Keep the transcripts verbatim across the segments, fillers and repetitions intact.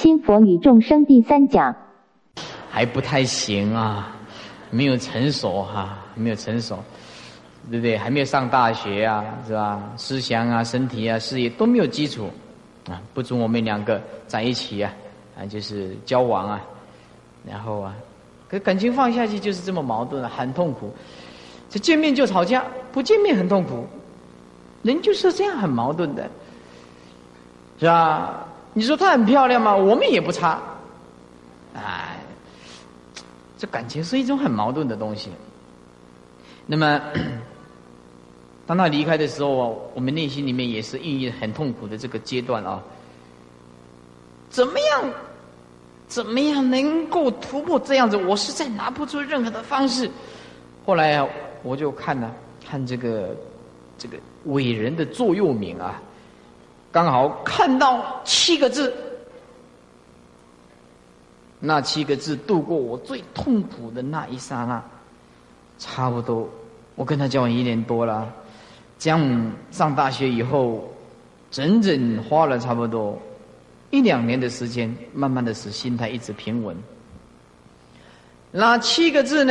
亲佛与众生第三讲。 还不太行啊，没有成熟哈、啊，没有成熟，对不对？还没有上大学啊，是吧？思想啊、身体啊、事业都没有基础啊，不准我们两个在一起啊，啊，就是交往啊，然后啊，可感情放下去就是这么矛盾啊，很痛苦。这见面就吵架，不见面很痛苦，人就是这样很矛盾的，是吧？你说她很漂亮吗？我们也不差，哎，这感情是一种很矛盾的东西。那么，当他离开的时候，我们内心里面也是孕育很痛苦的这个阶段啊。怎么样，怎么样能够突破这样子？我实在拿不出任何的方式。后来啊，我就看了、啊、看这个这个伟人的座右铭啊，刚好看到七个字，那七个字度过我最痛苦的那一刹那。差不多，我跟他交往一年多了，这样上大学以后，整整花了差不多一两年的时间，慢慢的使心态一直平稳。那七个字呢，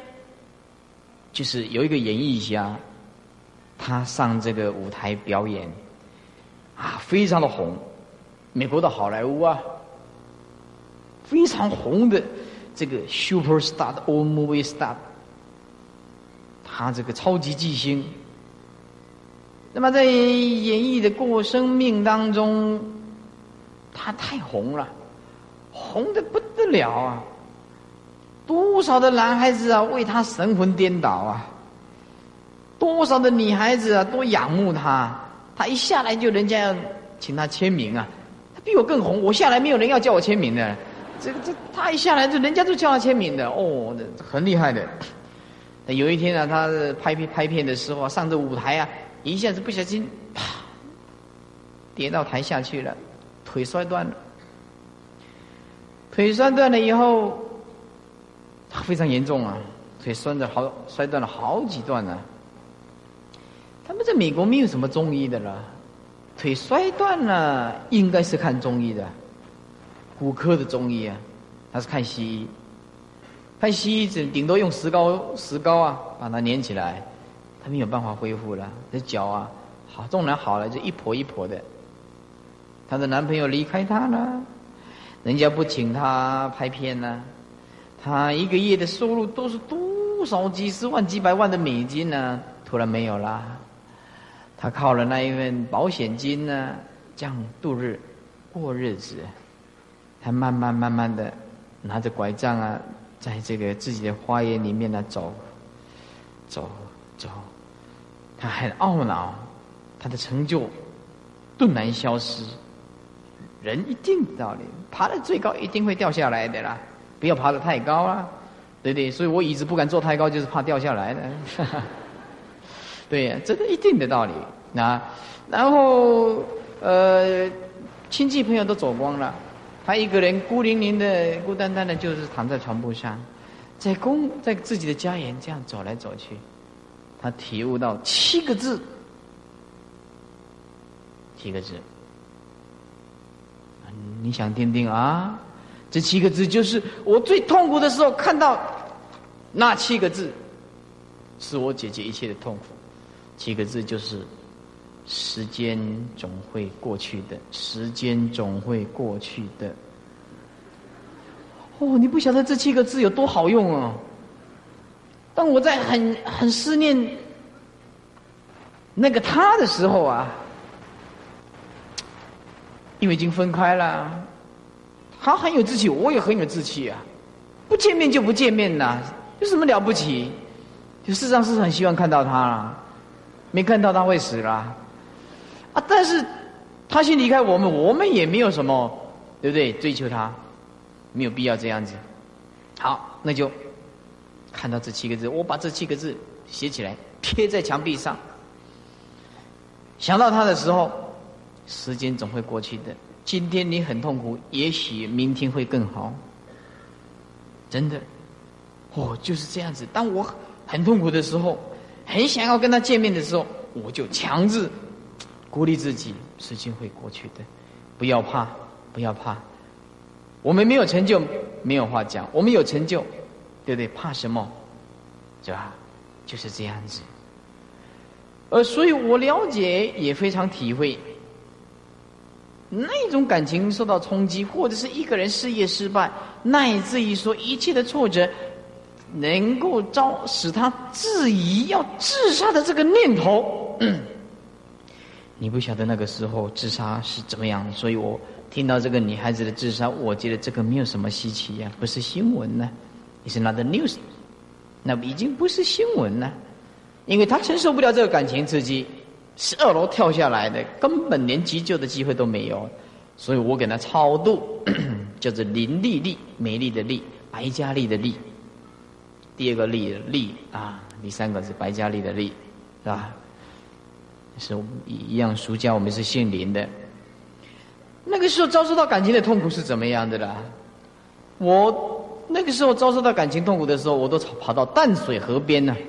就是有一个演艺家，他上这个舞台表演，啊，非常的红，美国的好莱坞啊，非常红的这个 super star 的 old movie star。他这个超级巨星，那么在演艺的过生命当中，他太红了，红得不得了啊！多少的男孩子啊为他神魂颠倒啊，多少的女孩子啊都仰慕他，他一下来就人家要请他签名啊，他比我更红，我下来没有人要叫我签名的，这个这他一下来就人家就叫他签名的，哦，很厉害的。有一天啊，他拍片拍片的时候啊，上这舞台啊，一下子不小心，啪，跌到台下去了，腿摔断了。腿摔断了以后，非常严重啊，腿摔的好，摔断了好几段啊。他们在美国没有什么中医的了，腿摔断了，应该是看中医的，骨科的中医啊，他是看西医。看西医只顶多用石膏石膏啊把它粘起来，他没有办法恢复了。这脚啊好，纵然好了就一跛一跛的。她的男朋友离开她了，人家不请她拍片呢、啊，她一个月的收入都是多少几十万几百万的美金呢、啊，突然没有啦。她靠了那一份保险金呢、啊，这样度日过日子。她慢慢慢慢的拿着拐杖啊，在这个自己的花园里面呢走，走走，他很懊恼，他的成就顿然消失。人一定道理，爬得最高一定会掉下来的啦，不要爬得太高啦，对不对？所以我椅子不敢坐太高，就是怕掉下来的。对呀，这个一定的道理。那然后呃，亲戚朋友都走光了。他一个人孤零零的、孤单单的，就是躺在床铺上，在公在自己的家园这样走来走去，他体悟到七个字，七个字，你想听听啊？这七个字就是我最痛苦的时候看到那七个字，是我解决一切的痛苦。七个字就是：时间总会过去的，时间总会过去的。哦，你不晓得这七个字有多好用啊！当我在很很思念那个他的时候啊，因为已经分开了，他很有志气，我也很有志气啊，不见面就不见面呐，有什么了不起？就事实上是很希望看到他啦，没看到他会死啦。啊！但是他先离开我们，我们也没有什么，对不对？追求他，没有必要这样子。好，那就看到这七个字，我把这七个字写起来，贴在墙壁上。想到他的时候，时间总会过去的。今天你很痛苦，也许明天会更好。真的，哦，就是这样子。当我很痛苦的时候，很想要跟他见面的时候，我就强制鼓励自己，时间会过去的，不要怕，不要怕， 我们没有成就没有话讲，我们有成就，对不对？怕什么？是吧？就是这样子。呃，所以我了解也非常体会，那种感情受到冲击，或者是一个人事业失败，乃至于说一切的挫折，能够招使他质疑要自杀的这个念头。嗯，你不晓得那个时候自杀是怎么样，所以我听到这个女孩子的自杀，我觉得这个没有什么稀奇呀、啊，不是新闻呢、啊，也是 not the news， 那已经不是新闻了，因为他承受不了这个感情刺激，十二楼跳下来的，根本连急救的机会都没有，所以我给他超度，叫做林丽丽，美丽的丽，白嘉丽的丽，第二个丽丽啊，第三个是白嘉丽的丽，是吧？是我们一样俗家，我们是姓林的。那个时候遭受到感情的痛苦是怎么样的啦？我那个时候遭受到感情痛苦的时候，我都跑到淡水河边呢、啊。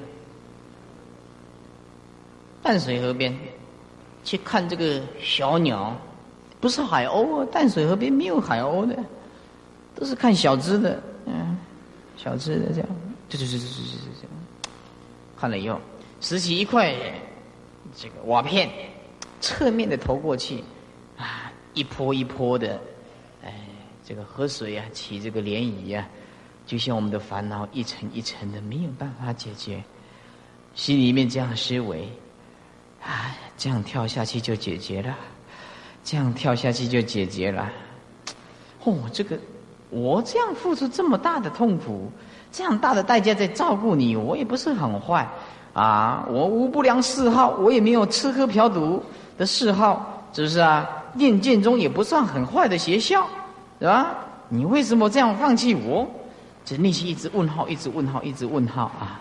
淡水河边去看这个小鸟，不是海鸥，淡水河边没有海鸥的，都是看小只的，嗯，小只的这样，对对对对对对这样。看了以后，拾起一块这个瓦片，侧面的投过去，啊，一波一波的，哎，这个河水啊，起这个涟漪啊，就像我们的烦恼一层一层的，没有办法解决，心里面这样思维。啊，这样跳下去就解决了，这样跳下去就解决了。哦，这个我这样付出这么大的痛苦，这样大的代价在照顾你，我也不是很坏啊，我无不良嗜好，我也没有吃喝嫖赌的嗜好，是不是啊？念剑中也不算很坏的学校，是吧？你为什么这样放弃我？这内心一直问号，一直问号，一直问号啊！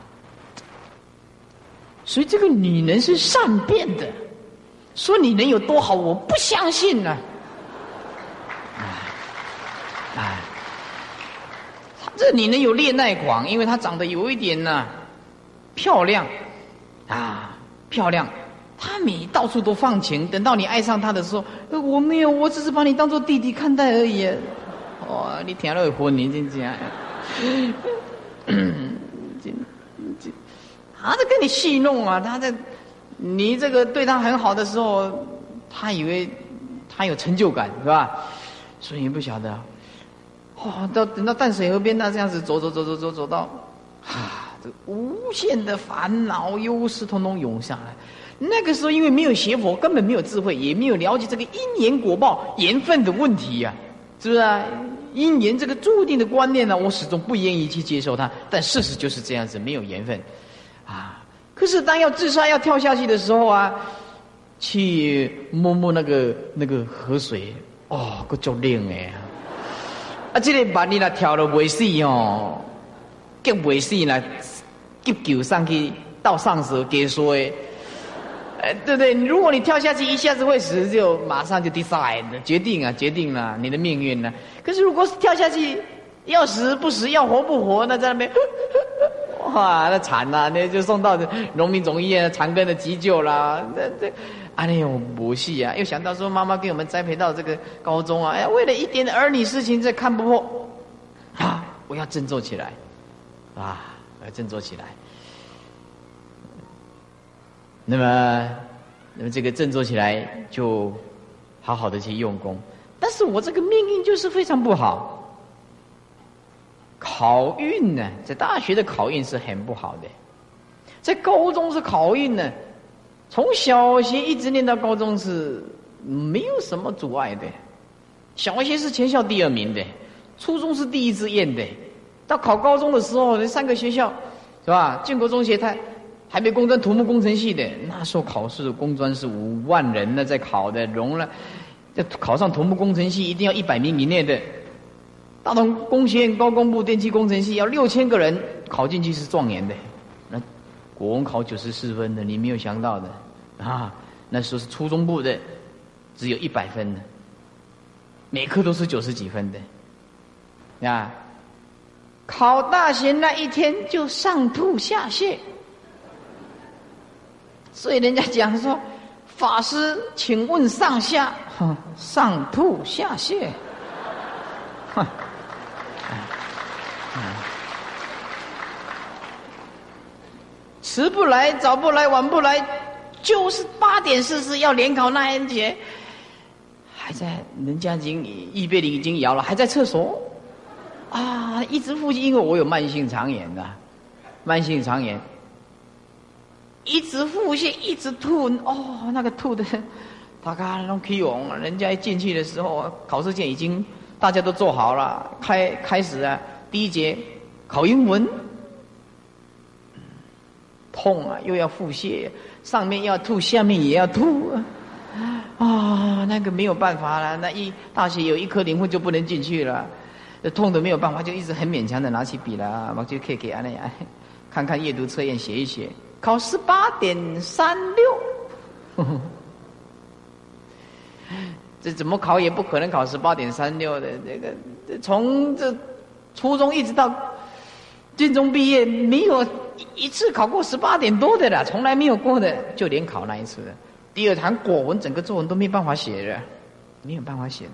所以这个女人是善变的，说你能有多好，我不相信呢、啊。哎，她这女人有恋爱狂，因为她长得有一点呢、啊、漂亮啊，漂亮。她每到处都放情，等到你爱上她的时候，呃、我没有，我只是把你当作弟弟看待而已。哦，你听了会昏，你真这样。他在跟你戏弄啊，他在你这个对他很好的时候，他以为他有成就感，是吧？所以你不晓得，哦，到等到淡水河边，那这样子走走走走走走到，啊，这无限的烦恼忧思通通涌上来。那个时候因为没有学佛，根本没有智慧，也没有了解这个因缘果报缘分的问题呀、啊，是不是啊？因缘这个注定的观念呢、啊，我始终不愿意去接受它，但事实就是这样子，没有缘分。啊！可是当要自杀要跳下去的时候啊，去摸摸那个那个河水，哦，够足冷哎！啊，这个把你那跳了未死哦，急未死啦，急救上去到上时给说的，哎，对不对？如果你跳下去一下子会死，就马上就 decide 决定啊，决定了你的命运了。可是如果是跳下去，要死不死，要活不活，那在那边。哇，那惨啦！那就送到农民总医院长庚的急救啦。那这，哎呦，不戏啊！又想到说妈妈给我们栽培到这个高中啊，哎呀，为了一点儿女事情这看不破，啊，我要振作起来，啊，我要振作起来。那么，那么这个振作起来，就好好的去用功。但是我这个命运就是非常不好。考运呢，在大学的考运是很不好的，在高中是考运呢，从小学一直念到高中是没有什么阻碍的。小学是全校第二名的，初中是第一志愿的，到考高中的时候，那三个学校是吧？建国中学它还没工专土木工程系的，那时候考试的工专是五万人呢在考的，容了，要考上土木工程系一定要一百名以内的。大同工学院高工部电气工程系要六千个人考进去是状元的，那国文考九十四分的，你没有想到的啊！那时候是初中部的，只有一百分的，每科都是九十几分的，啊！考大学那一天就上吐下泻，所以人家讲说，法师，请问上下，上吐下泻。 迟不来，早不来，晚不来，就是八点四十要联考那一节，还在人家已经预备铃已经摇了，还在厕所啊，一直呼吸，因为我有慢性肠炎的，慢性肠炎，一直呼吸，一直吐，哦，那个吐的，大家都起哄，人家一进去的时候，考试卷已经大家都做好了，开开始啊，第一节考英文。痛啊，又要腹泻，上面要吐，下面也要吐啊！啊，那个没有办法了，那一大学有一颗灵魂就不能进去了，痛的没有办法，就一直很勉强的拿起笔来，我就可以给安那样看看阅读测验写一写，考十八点三六，这怎么考也不可能考十八点三六的，这个从这初中一直到建中毕业，没有一次考过十八点多的啦，从来没有过的，就连考那一次的。第二堂国文，整个作文都没办法写的，没有办法写的。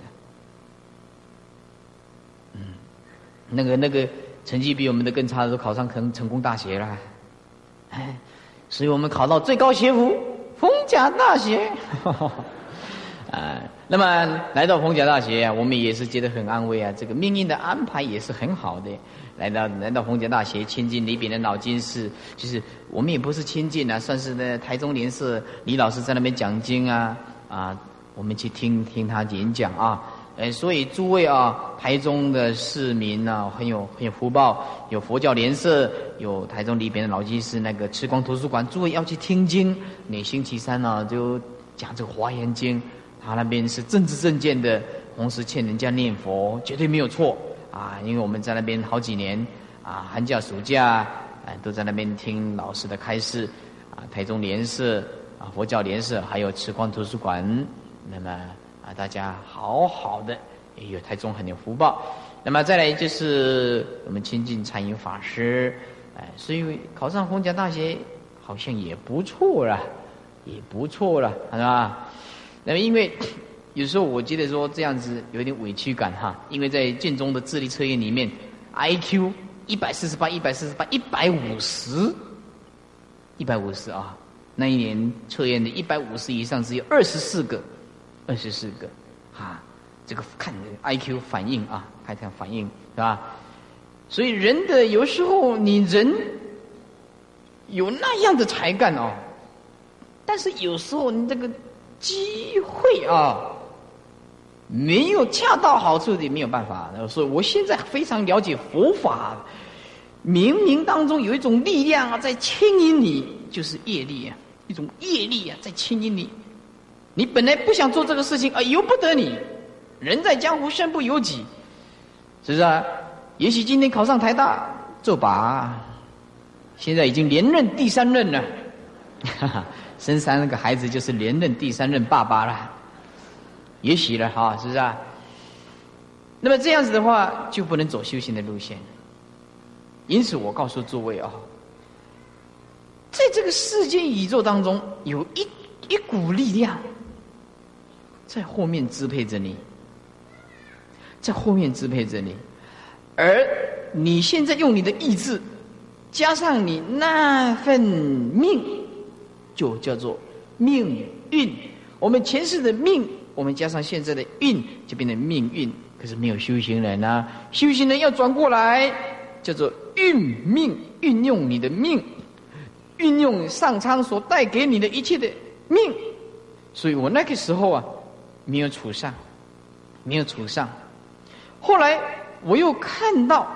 嗯，那个那个成绩比我们的更差的都考上成成功大学了，哎，所以我们考到最高学府逢甲大学。啊，那么来到逢甲大学啊，我们也是觉得很安慰啊，这个命运的安排也是很好的。来到来到逢甲大学亲近李炳南老居士，就是我们也不是亲近啊，算是呢台中联社李老师在那边讲经啊啊，我们去听听他演讲啊，呃，所以诸位啊，台中的市民啊，很有很有福报，有佛教联社，有台中李炳南老居士那个赤光图书馆，诸位要去听经。每星期三呢、啊、就讲这个华严经，他那边是政治正见的，同时劝人家念佛，绝对没有错。啊，因为我们在那边好几年啊，寒假、暑假啊，都在那边听老师的开示啊。台中联社啊，佛教联社，还有慈光图书馆，那么啊，大家好好的，也有台中很有福报。那么再来就是我们亲近禅云法师，哎，所以考上逢甲大学好像也不错了，也不错了，是吧？那么因为。有时候我觉得说这样子有一点委屈感哈，因为在建中的智力测验里面 ，I Q 一百四十八、一百四十八、一百五十、一百五十啊，那一年测验的一百五十以上只有二十四个，二十四个，哈，这个看 I Q 反应啊，看看反应是吧？所以人的有时候你人有那样的才干哦，但是有时候你这个机会啊。没有恰到好处的没有办法，所以我现在非常了解佛法，冥冥当中有一种力量啊，在牵引你，就是业力啊，一种业力啊，在牵引你。你本来不想做这个事情啊，由不得你。人在江湖，身不由己，是不是啊？也许今天考上台大，做把，现在已经连任第三任了，哈哈，生三个孩子就是连任第三任爸爸了。也许了哈，是不是啊？那么这样子的话，就不能走修行的路线。因此，我告诉诸位啊，在这个世界宇宙当中，有一一股力量在后面支配着你，在后面支配着你，而你现在用你的意志，加上你那份命，就叫做命运。我们前世的命。我们加上现在的运，就变成命运。可是没有修行人啊，修行人要转过来，叫做运命，运用你的命，运用上苍所带给你的一切的命。所以我那个时候啊，没有处上，没有处上。后来我又看到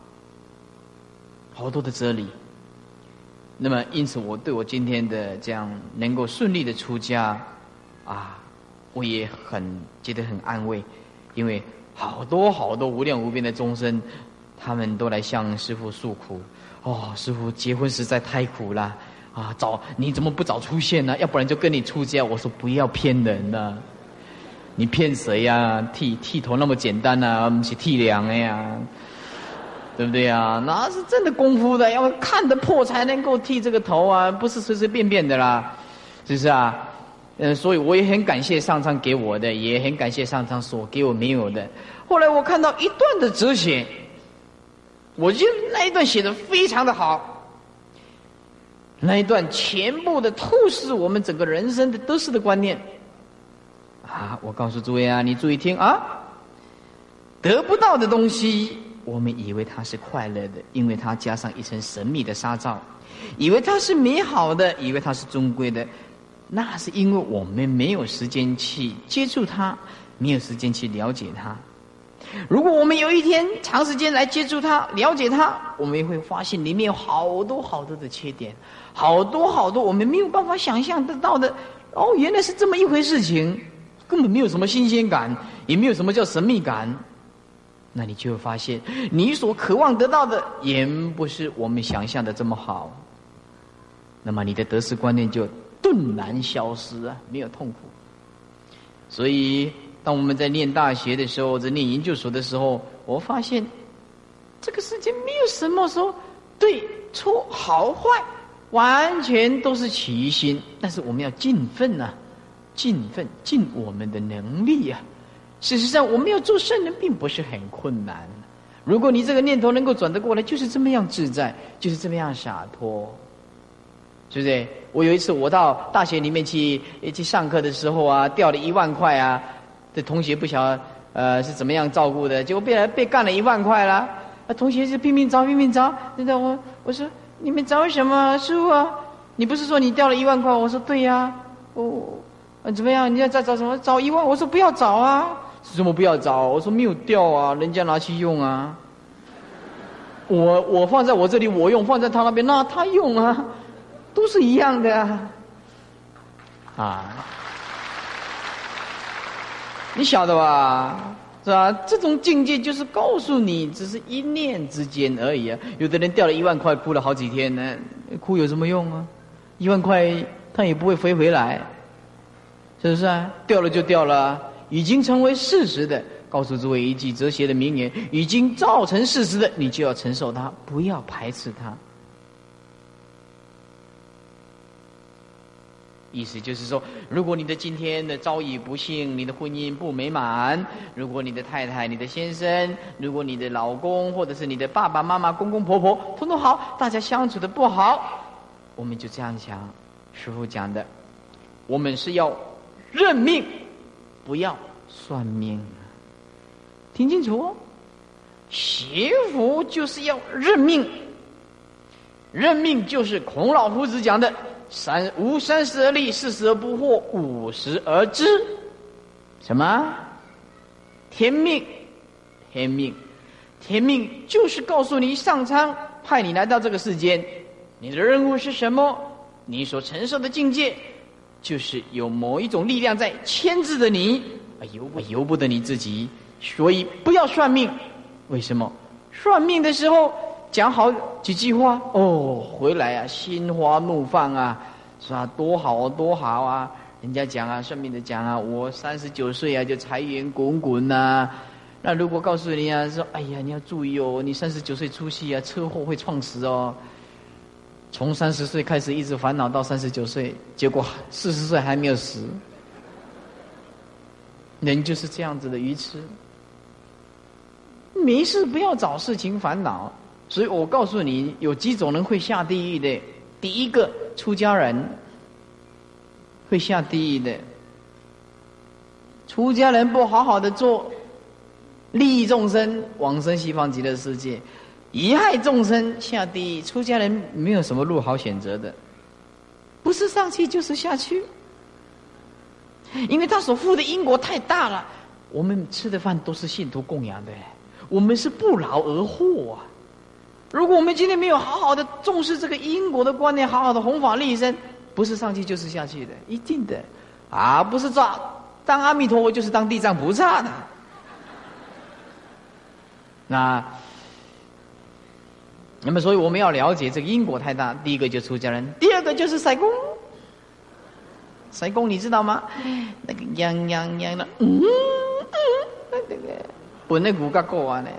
好多的哲理，那么因此我对我今天的这样能够顺利的出家啊。我也很觉得很安慰，因为好多好多无量无边的众生，他们都来向师父诉苦。哦，师父结婚实在太苦了啊！早你怎么不早出现呢？要不然就跟你出家。我说不要骗人呐、啊，你骗谁呀、啊？剃剃头那么简单啊，不是剃两的呀，对不对啊？那是真的功夫的，要看得破才能够剃这个头啊，不是随随便便的啦，是不是啊？ 嗯，所以我也很感谢上苍给我的，也很感谢上苍所给我没有的。后来我看到一段的哲学，我觉得那一段写得非常的好，那一段全部的透视我们整个人生的得失的观念啊！我告诉诸位啊，你注意听啊，得不到的东西，我们以为它是快乐的，因为它加上一层神秘的纱罩，以为它是美好的，以为它是尊贵的。那是因为我们没有时间去接触它，没有时间去了解它。如果我们有一天长时间来接触它、了解它，我们也会发现里面有好多好多的缺点，好多好多我们没有办法想象得到的。哦，原来是这么一回事情，根本没有什么新鲜感，也没有什么叫神秘感。那你就会发现，你所渴望得到的，也不是我们想象的这么好。那么你的得失观念就顿然消失啊，没有痛苦。所以当我们在念大学的时候，在念研究所的时候，我发现这个世界没有什么说对错好坏，完全都是起于心。但是我们要尽奋啊，尽奋尽我们的能力啊。事实上我们要做圣人并不是很困难，如果你这个念头能够转得过来，就是这么样自在，就是这么样洒脱，对不对？我有一次我到大学里面去去上课的时候啊，掉了一万块啊，这同学不晓得呃是怎么样照顾的，结果被被干了一万块啦。那同学就拼命找拼命找，真的我我说你们找什么师傅啊？你不是说你掉了一万块？我说对呀、啊，我、哦、怎么样？你要再找什么？找一万？我说不要找啊，什么不要找？我说没有掉啊，人家拿去用啊。我我放在我这里我用，放在他那边那他用啊。都是一样的啊！啊，你晓得吧？是吧？这种境界就是告诉你，只是一念之间而已啊。有的人掉了一万块，哭了好几天呢，哭有什么用啊？一万块他也不会飞回来，是不是啊？掉了就掉了啊，已经成为事实的。告诉诸位一句哲学的名言：已经造成事实的，你就要承受它，不要排斥它。意思就是说，如果你的今天的遭遇不幸，你的婚姻不美满，如果你的太太、你的先生，如果你的老公，或者是你的爸爸妈妈、公公婆婆，统统好，大家相处的不好，我们就这样讲。师父讲的，我们是要认命，不要算命。听清楚哦，学佛就是要认命，认命就是孔老夫子讲的。三无三十而立，四十而不惑，五十而知。什么？天命，天命，天命就是告诉你，上苍派你来到这个世间，你的任务是什么？你所承受的境界，就是有某一种力量在牵制着你，由不由不得你自己。所以不要算命。为什么？算命的时候讲好几句话哦，回来啊，心花怒放啊，是吧？多好多好啊！人家讲啊，算命的讲啊，我三十九岁啊，就财源滚滚呐。那如果告诉你啊，说哎呀，你要注意哦，你三十九岁出戏啊，车祸会撞死哦。从三十岁开始一直烦恼到三十九岁，结果四十岁还没有死。人就是这样子的愚痴，没事不要找事情烦恼。所以我告诉你，有几种人会下地狱的。第一个，出家人会下地狱的。出家人不好好的做，利益众生，往生西方极乐世界；贻害众生，下地狱。出家人没有什么路好选择的，不是上去就是下去，因为他所负的因果太大了。我们吃的饭都是信徒供养的，我们是不劳而获啊。如果我们今天没有好好的重视这个因果的观念，好好的弘法利生，不是上去就是下去的，一定的啊！不是做当阿弥陀佛，就是当地藏菩萨的。那那么，所以我们要了解这个因果太大。第一个就是出家人，第二个就是塞公。塞公你知道吗？那个泱泱泱的，嗯嗯，那个本来骨架够啊呢。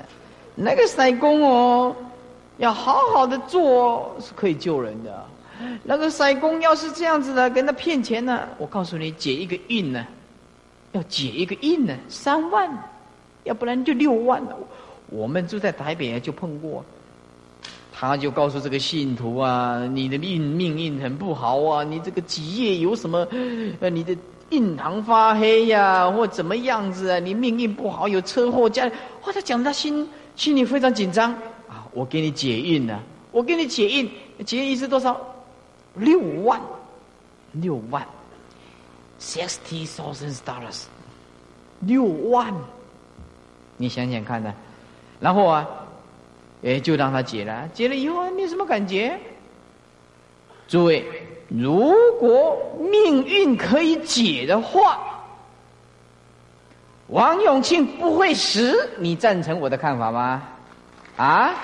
那个塞公哦，要好好的做是可以救人的。 那个塞公要是这样子的，跟他骗钱呢、啊，我告诉你，解一个印呢、啊，要解一个印呢、啊，三万，要不然就六万了。我们住在台北就碰过，他就告诉这个信徒啊，你的命命运很不好啊，你这个几业有什么，呃，你的印堂发黑呀、啊，或怎么样子啊，你命运不好，有车祸家里，哇，他讲他心心里非常紧张啊，我给你解印啊，我给你解印，解印是多少？六万，六万 ，sixty thousand dollars， 六万，你想想看呢？然后啊，哎，就让他解了，解了以后没什么感觉。诸位，如果命运可以解的话，王永庆不会死，你赞成我的看法吗？啊？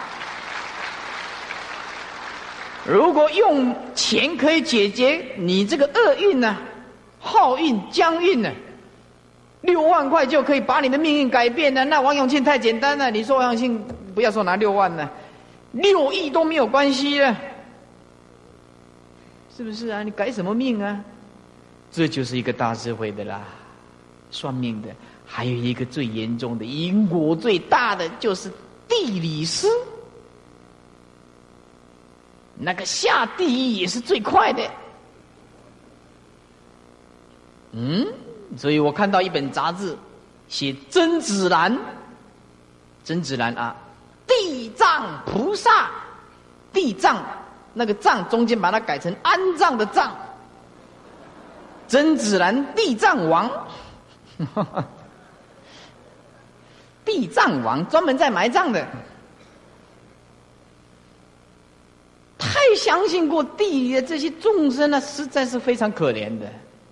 如果用钱可以解决你这个厄运呢、啊、耗运、僵运呢、啊，六万块就可以把你的命运改变了，那王永庆太简单了。你说王永庆不要说拿六万了，六亿都没有关系了，是不是啊？你改什么命啊？这就是一个大智慧的啦，算命的。还有一个最严重的因果最大的就是地理师。那个下地狱也是最快的，嗯，所以我看到一本杂志，写甄子兰，甄子兰啊，地藏菩萨，地藏那个藏中间把它改成安葬的葬，甄子兰地藏王，地藏王专门在埋葬的。太相信过地里的这些众生啊，实在是非常可怜的。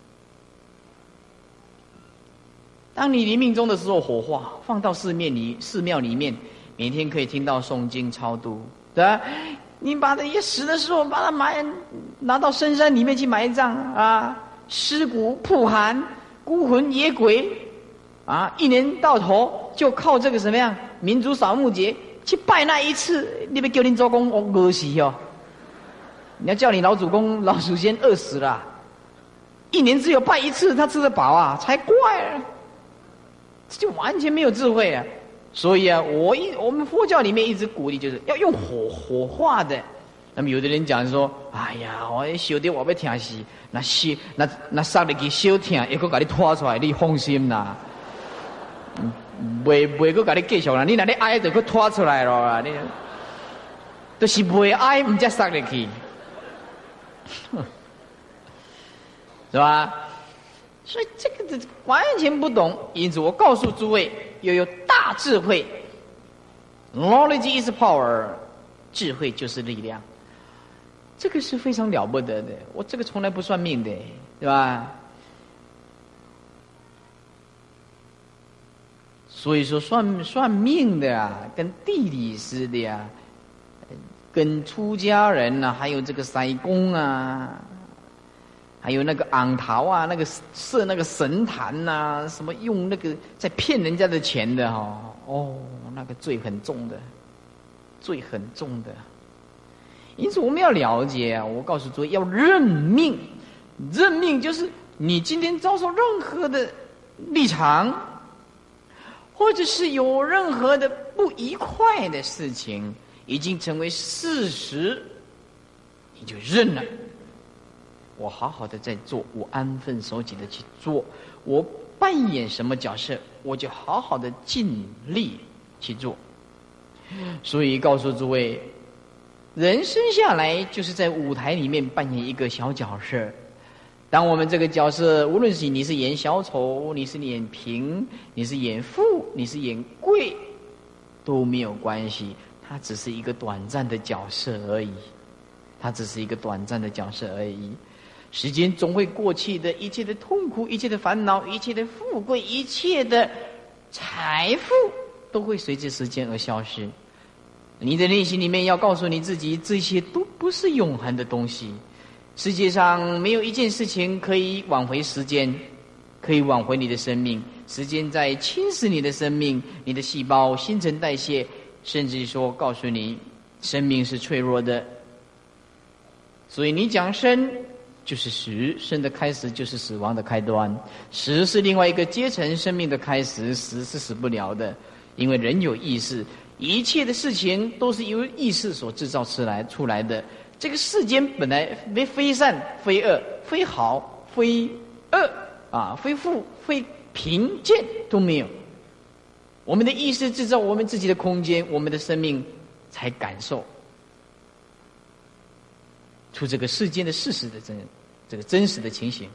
当你临命终的时候，火化放到寺庙里，寺庙里面每天可以听到诵经超度，对吧？你把他一死的时候，把他埋拿到深山里面去埋葬啊，尸骨曝寒，孤魂野鬼啊，一年到头就靠这个什么样民族扫墓节去拜那一次，你别叫你祖公饿死哦。你要叫你老祖公、老祖先饿死了，一年只有拜一次，他吃得饱啊，才怪了！这就完全没有智慧啊！所以啊，我一我们佛教里面一直鼓励，就是要用火火化的。那么有的人讲说：“哎呀，我烧掉我要疼死，那烧那那杀入去烧疼，又搁把你拖出来，你放心啦。袂袂搁把你继续啦，你那你爱就搁拖出来了啦，你都是袂爱，唔才杀入去。”是吧？所以这个完全不懂，因此我告诉诸位，要有大智慧。Knowledge is power， 智慧就是力量，这个是非常了不得的。我这个从来不算命的，对吧？所以说算算命的啊，跟地理师的呀、啊，跟出家人啊，还有这个塞公啊。还有那个昂桃啊，那个设那个神坛呐、啊，什么用那个在骗人家的钱的哈、哦，哦，那个罪很重的，罪很重的。因此我们要了解啊，我告诉诸位要认命，认命就是你今天遭受任何的立场，或者是有任何的不愉快的事情，已经成为事实，你就认了。我好好的在做，我安分守己的去做，我扮演什么角色，我就好好的尽力去做。所以告诉诸位，人生下来就是在舞台里面扮演一个小角色。当我们这个角色，无论是你是演小丑，你是演平，你是演富，你是演贵，都没有关系，它只是一个短暂的角色而已，它只是一个短暂的角色而已。时间总会过去的，一切的痛苦，一切的烦恼，一切的富贵，一切的财富，都会随着时间而消失。你的内心里面要告诉你自己，这些都不是永恒的东西。世界上没有一件事情可以挽回时间，可以挽回你的生命。时间在侵蚀你的生命，你的细胞新陈代谢，甚至说告诉你，生命是脆弱的。 所以你讲生就是死，生的开始就是死亡的开端，死是另外一个阶层生命的开始，死是死不了的，因为人有意识，一切的事情都是由意识所制造出来出来的。这个世间本来非非善非恶，非好非恶啊，非富非贫贱都没有。我们的意识制造我们自己的空间，我们的生命才感受出这个世间的事实的真这个真实的情形。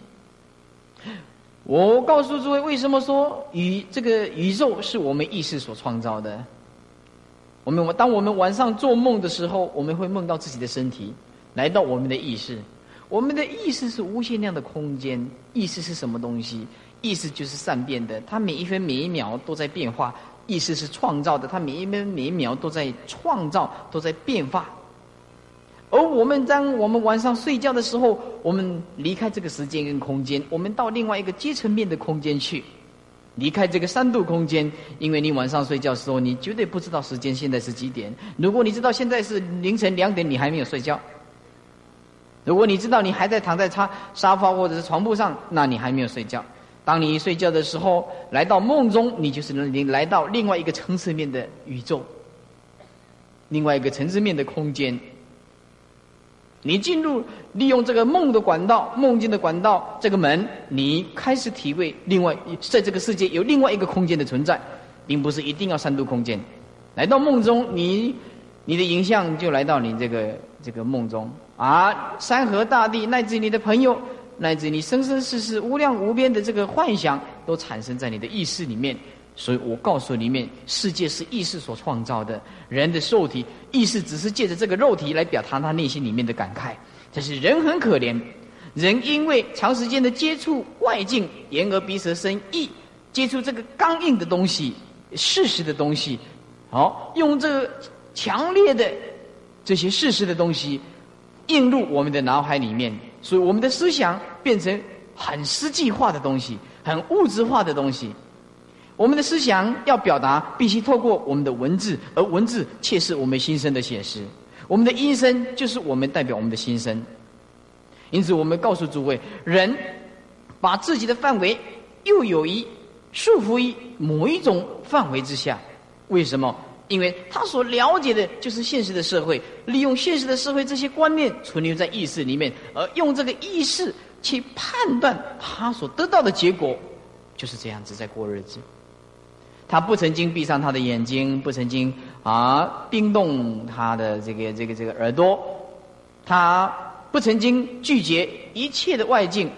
我告诉诸位，为什么说宇这个宇宙是我们意识所创造的？我们当我们晚上做梦的时候，我们会梦到自己的身体来到我们的意识。我们的意识是无限量的空间。意识是什么东西？意识就是善变的，它每一分每一秒都在变化。意识是创造的，它每一分每一秒都在创造，都在变化。而我们当我们晚上睡觉的时候，我们离开这个时间跟空间，我们到另外一个阶层面的空间去，离开这个三度空间。因为你晚上睡觉的时候，你绝对不知道时间现在是几点。如果你知道现在是凌晨两点，你还没有睡觉；如果你知道你还在躺在沙沙发或者是床铺上，那你还没有睡觉。当你睡觉的时候，来到梦中，你就是能来到另外一个层次面的宇宙，另外一个层次面的空间。你进入利用这个梦的管道，梦境的管道这个门，你开始体会另外在这个世界有另外一个空间的存在，并不是一定要三度空间。来到梦中，你你的影像就来到你这个这个梦中啊，山河大地，乃至你的朋友，乃至你生生世世无量无边的这个幻想，都产生在你的意识里面。所以我告诉你们，世界是意识所创造的，人的肉体意识只是借着这个肉体来表达他内心里面的感慨。但是人很可怜，人因为长时间的接触外境，眼耳鼻舌身意，接触这个刚硬的东西、事实的东西，好，用这个强烈的这些事实的东西映入我们的脑海里面，所以我们的思想变成很实际化的东西，很物质化的东西。我们的思想要表达，必须透过我们的文字，而文字却是我们心声的显示。我们的音声就是我们代表我们的心声。因此，我们告诉诸位，人把自己的范围又有一束缚于某一种范围之下。为什么？因为他所了解的就是现实的社会，利用现实的社会这些观念存留在意识里面，而用这个意识去判断他所得到的结果，就是这样子在过日子。他不曾经闭上他的眼睛，不曾经啊冰冻他的这个这个这个耳朵，他不曾经拒绝一切的外境，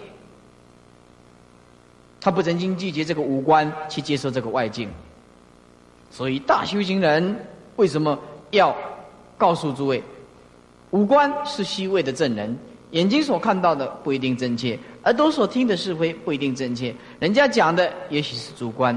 他不曾经拒绝这个五官去接受这个外境。所以大修行人为什么要告诉诸位，五官是虚伪的证人，眼睛所看到的不一定正确，耳朵所听的是非不一定正确，人家讲的也许是主观。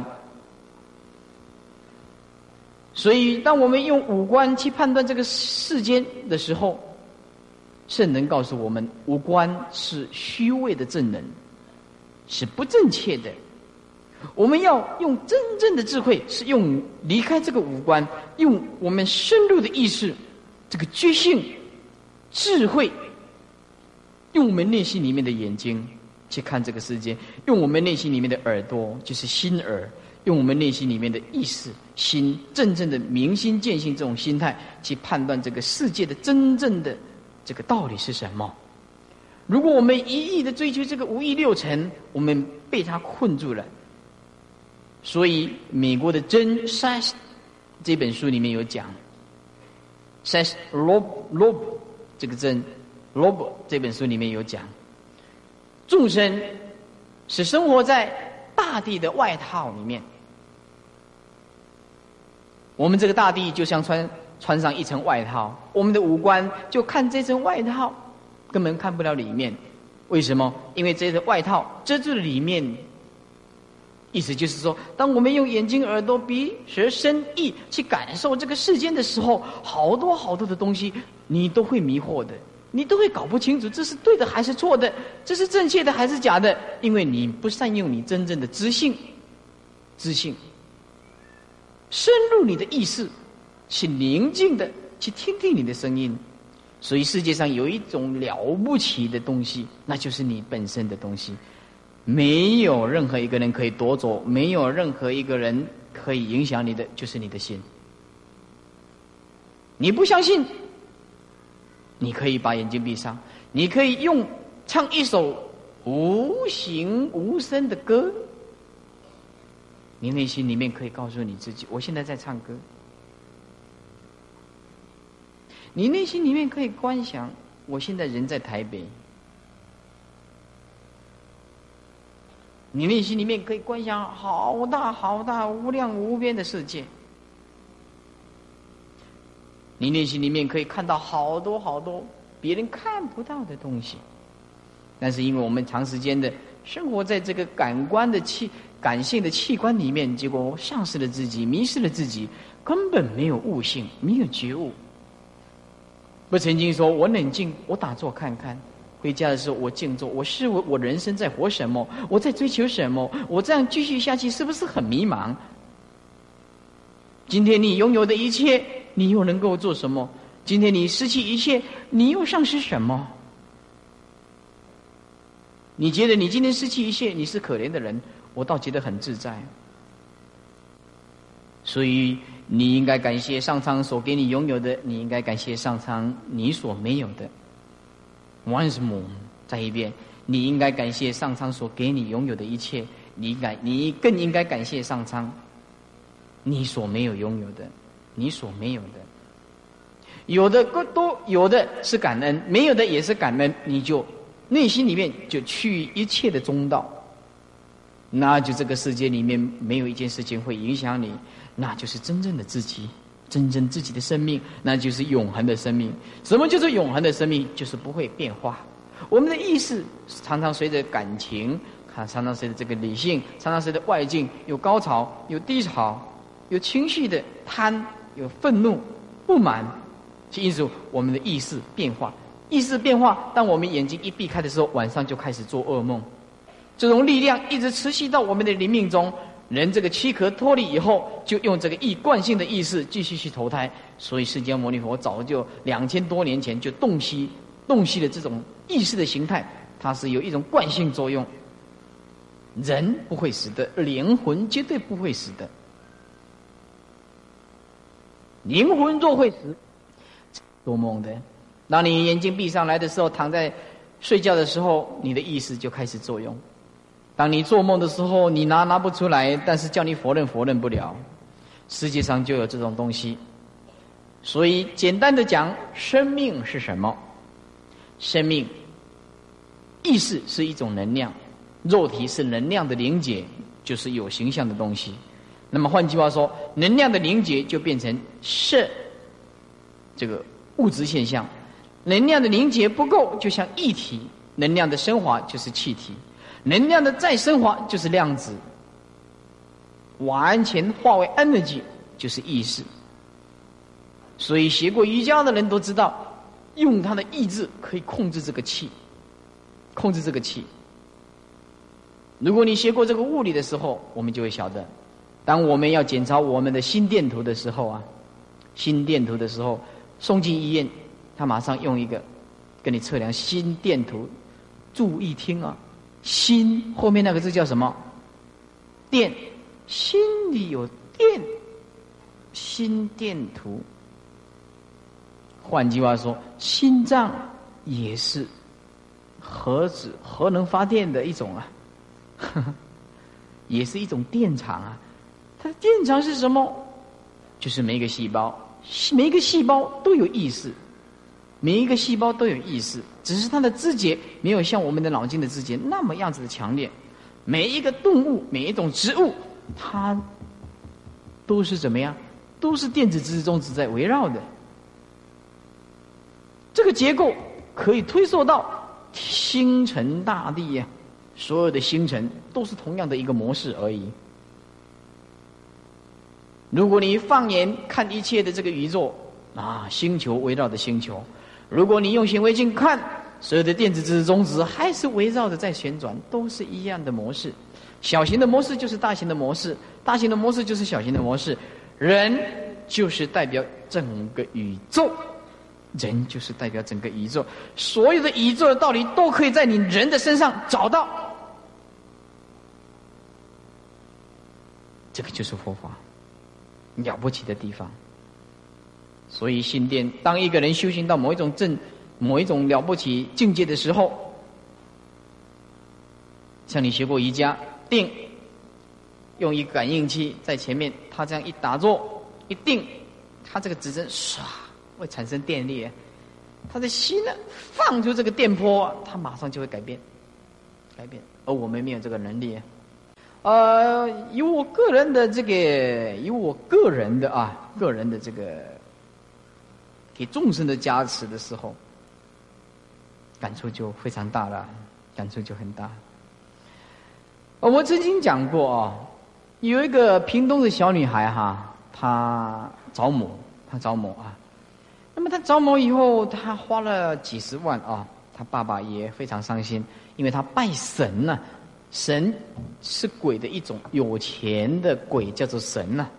所以当我们用五官去判断这个世间的时候，圣人告诉我们，五官是虚伪的证人，是不正确的。我们要用真正的智慧，是用离开这个五官，用我们深入的意识，这个觉性、智慧，用我们内心里面的眼睛去看这个世界，用我们内心里面的耳朵，就是心耳，用我们内心里面的意识、心，真正的明心见性这种心态，去判断这个世界的真正的这个道理是什么。如果我们一意的追求这个五欲六尘，我们被它困住了。所以美国的真 Sas 这本书里面有讲 Sas Lob Lob 这个真 Lob 这本书里面有讲，众生是生活在大地的外套里面，我们这个大地就像穿穿上一层外套，我们的五官就看这层外套，根本看不了里面。为什么？因为这层外套遮住了里面。意思就是说，当我们用眼睛、耳朵、鼻、舌、身、意去感受这个世间的时候，好多好多的东西你都会迷惑的，你都会搞不清楚这是对的还是错的，这是正确的还是假的，因为你不善用你真正的知性知性深入你的意识，去宁静的去听听你的声音， 所以世界上有一种了不起的东西，那就是你本身的东西，没有任何一个人可以夺走，没有任何一个人可以影响你的，就是你的心。你不相信，你可以把眼睛闭上，你可以用唱一首无形无声的歌，你内心里面可以告诉你自己，我现在在唱歌。你内心里面可以观想，我现在人在台北。你内心里面可以观想好大好大无量无边的世界。你内心里面可以看到好多好多别人看不到的东西。但是因为我们长时间的生活在这个感官的器感性的器官里面，结果丧失了自己，迷失了自己，根本没有悟性，没有觉悟。不曾经说我冷静，我打坐看看，回家的时候我静坐，我是我我人生在活什么，我在追求什么，我这样继续下去是不是很迷茫？今天你拥有的一切，你又能够做什么？今天你失去一切，你又丧失什么？你觉得你今天失去一切，你是可怜的人，我倒觉得很自在。所以你应该感谢上苍所给你拥有的，你应该感谢上苍你所没有的。Once more， 再一遍，你应该感谢上苍所给你拥有的一切，你应该，你更应该感谢上苍你所没有拥有的，你所没有的。有的都有的是感恩，没有的也是感恩，你就内心里面就去一切的中道，那就这个世界里面没有一件事情会影响你，那就是真正的自己，真正自己的生命，那就是永恒的生命。什么叫做永恒的生命？就是不会变化。我们的意识常常随着感情，常常随着这个理性，常常随着外境，有高潮，有低潮，有情绪的贪，有愤怒、不满，因此我们的意识变化。意识变化，当我们眼睛一闭开的时候，晚上就开始做噩梦。这种力量一直持续到我们的灵命中，人这个躯壳脱离以后，就用这个意惯性的意识继续去投胎。所以释迦牟尼佛早就两千多年前就洞悉洞悉了这种意识的形态，它是有一种惯性作用。人不会死的，灵魂绝对不会死的。灵魂若会死，做梦的。当你眼睛闭上来的时候，躺在睡觉的时候，你的意识就开始作用。当你做梦的时候，你拿拿不出来，但是叫你否认否认不了。世界上就有这种东西。所以简单的讲，生命是什么？生命意识是一种能量，肉体是能量的凝结，就是有形象的东西。那么换句话说，能量的凝结就变成色这个物质现象。能量的凝结不够，就像液体；能量的升华就是气体；能量的再升华就是量子。完全化为 energy 就是意识。所以学过瑜伽的人都知道，用他的意志可以控制这个气，控制这个气。如果你学过这个物理的时候，我们就会晓得，当我们要检查我们的心电图的时候啊，心电图的时候，送进医院。他马上用一个跟你测量心电图，注意听啊，心后面那个字叫什么？电，心里有电，心电图。换句话说，心脏也是核子核能发电的一种啊，呵呵，也是一种电场啊。它的电场是什么？就是每一个细胞，每一个细胞都有意识。每一个细胞都有意识，只是它的知觉没有像我们的脑筋的知觉那么样子的强烈。每一个动物，每一种植物，它都是怎么样？都是电子之中只在围绕的。这个结构可以推溯到星辰大地呀、啊，所有的星辰都是同样的一个模式而已。如果你放眼看一切的这个宇宙啊，星球围绕着星球。如果你用显微镜看，所有的电子质子中子还是围绕着在旋转，都是一样的模式。小型的模式就是大型的模式，大型的模式就是小型的模式。人就是代表整个宇宙， 人就是代表整个宇宙，所有的宇宙的道理都可以在你人的身上找到。这个就是佛法了不起的地方。所以心殿，当一个人修行到某一种正、某一种了不起境界的时候，像你学过瑜伽，定，用一个感应器在前面，他这样一打坐，一定，他这个指针唰会产生电力，他的心呢放出这个电波，他马上就会改变，改变。而我们没有这个能力。呃，以我个人的这个，以我个人的啊，个人的这个给众生的加持的时候，感触就非常大了，感触就很大。呃，我曾经讲过啊，有一个屏东的小女孩哈，她着魔，她着魔啊。那么她着魔以后，她花了几十万啊，她爸爸也非常伤心，因为她拜神呢、啊。神是鬼的一种，有钱的鬼叫做神呐、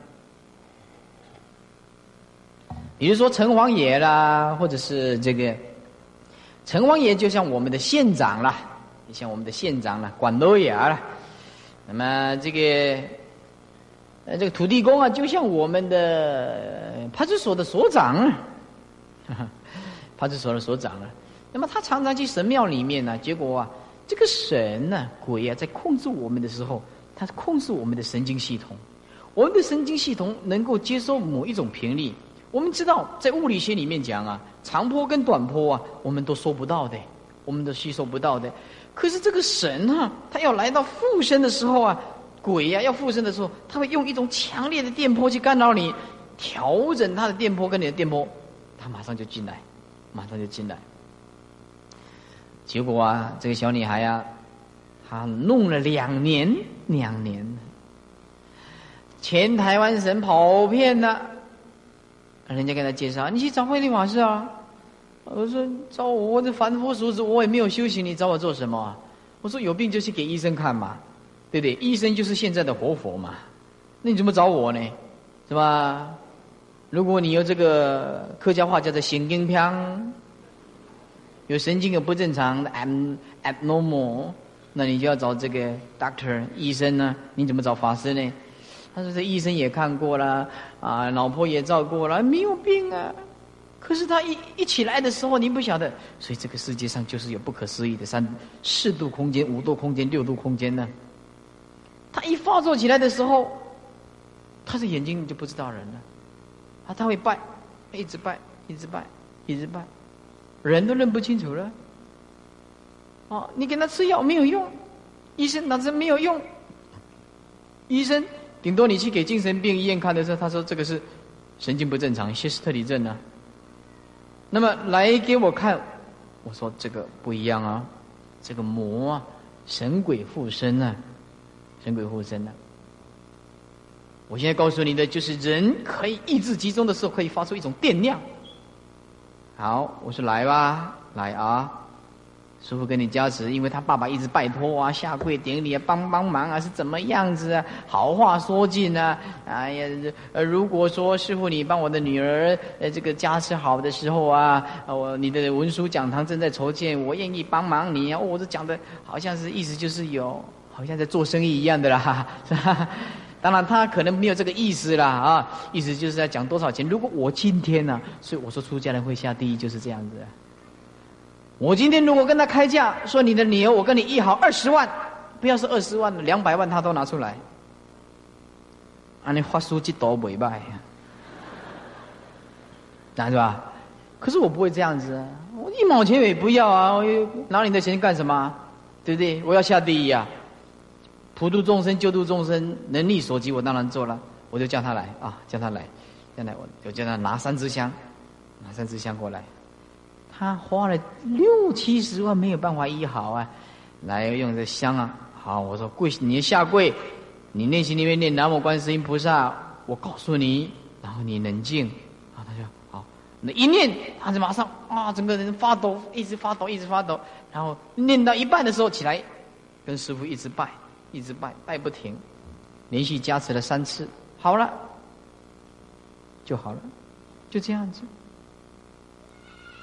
啊。比如说城隍爷啦，或者是这个城隍爷，就像我们的县长啦，也像我们的县长啦，管老爷啦。那么这个呃这个土地公啊，就像我们的派出所的所长啊，派出所的所长啊。那么他常常去神庙里面呢、啊，结果啊。这个神呢、啊、鬼啊，在控制我们的时候，它控制我们的神经系统。我们的神经系统能够接收某一种频率。我们知道，在物理学里面讲啊，长波跟短波啊，我们都收不到的，我们都吸收不到的。可是这个神啊，他要来到附身的时候啊，鬼啊要附身的时候，他会用一种强烈的电波去干扰你，调整他的电波跟你的电波，他马上就进来，马上就进来。结果啊，这个小女孩啊，她弄了两年，两年，全台湾省跑遍了。人家跟她介绍，你去找慧律法师啊。我说找我，我这凡夫俗子，我也没有修行，你找我做什么啊？我说有病就去给医生看嘛，对不对？医生就是现在的活佛嘛。那你怎么找我呢？是吧？如果你有这个客家话叫做神经病。有神经有不正常的 abnormal， 那你就要找这个 doctor 医生呢？你怎么找法师呢？他说这医生也看过了啊，老婆也照过了，没有病啊。可是他一一起来的时候，你不晓得，所以这个世界上就是有不可思议的三四度空间、五度空间、六度空间呢。他一发作起来的时候，他的眼睛就不知道人了，啊，他会拜，一直拜，一直拜，一直拜。人都认不清楚了，哦，你给他吃药没有用，医生拿着没有用，医生顶多你去给精神病医院看的时候，他说这个是神经不正常，歇斯特里症啊。那么来给我看，我说这个不一样啊，这个魔啊，神鬼附身啊，神鬼附身啊。我现在告诉你的就是人可以意志集中的时候，可以发出一种电量。好，我说来吧，来啊！师父跟你加持，因为他爸爸一直拜托啊，下跪顶礼啊，帮帮忙啊，是怎么样子啊？好话说尽啊！哎呀，呃，如果说师父你帮我的女儿呃这个加持好的时候啊，我你的文殊讲堂正在筹建，我愿意帮忙你啊！哦，我这讲的好像是意思就是有，好像在做生意一样的啦，是吧？当然他可能没有这个意思啦啊，意思就是在讲多少钱。如果我今天呢、啊，所以我说出家人会下地狱就是这样子、啊。我今天如果跟他开价说你的女儿我跟你议好二十万，不要是二十万，两百万他都拿出来，啊，你发书记多委败，是吧？可是我不会这样子啊，我一毛钱也不要啊，我拿你的钱干什么？对不对？我要下地狱啊！普度众生、救度众生，能力所及，我当然做了。我就叫他来啊，叫他来，叫他来，我就叫他拿三支香，拿三支香过来。他花了六七十万没有办法医好啊，来用这香啊。好，我说跪，你下跪，你内心里面念南无观世音菩萨，我告诉你，然后你冷静。啊，他说好，那一念，他就马上啊，整个人发抖，一直发抖，一直发抖。然后念到一半的时候起来，跟师父一直拜。一直拜拜不停，连续加持了三次，好了，就好了，就这样子。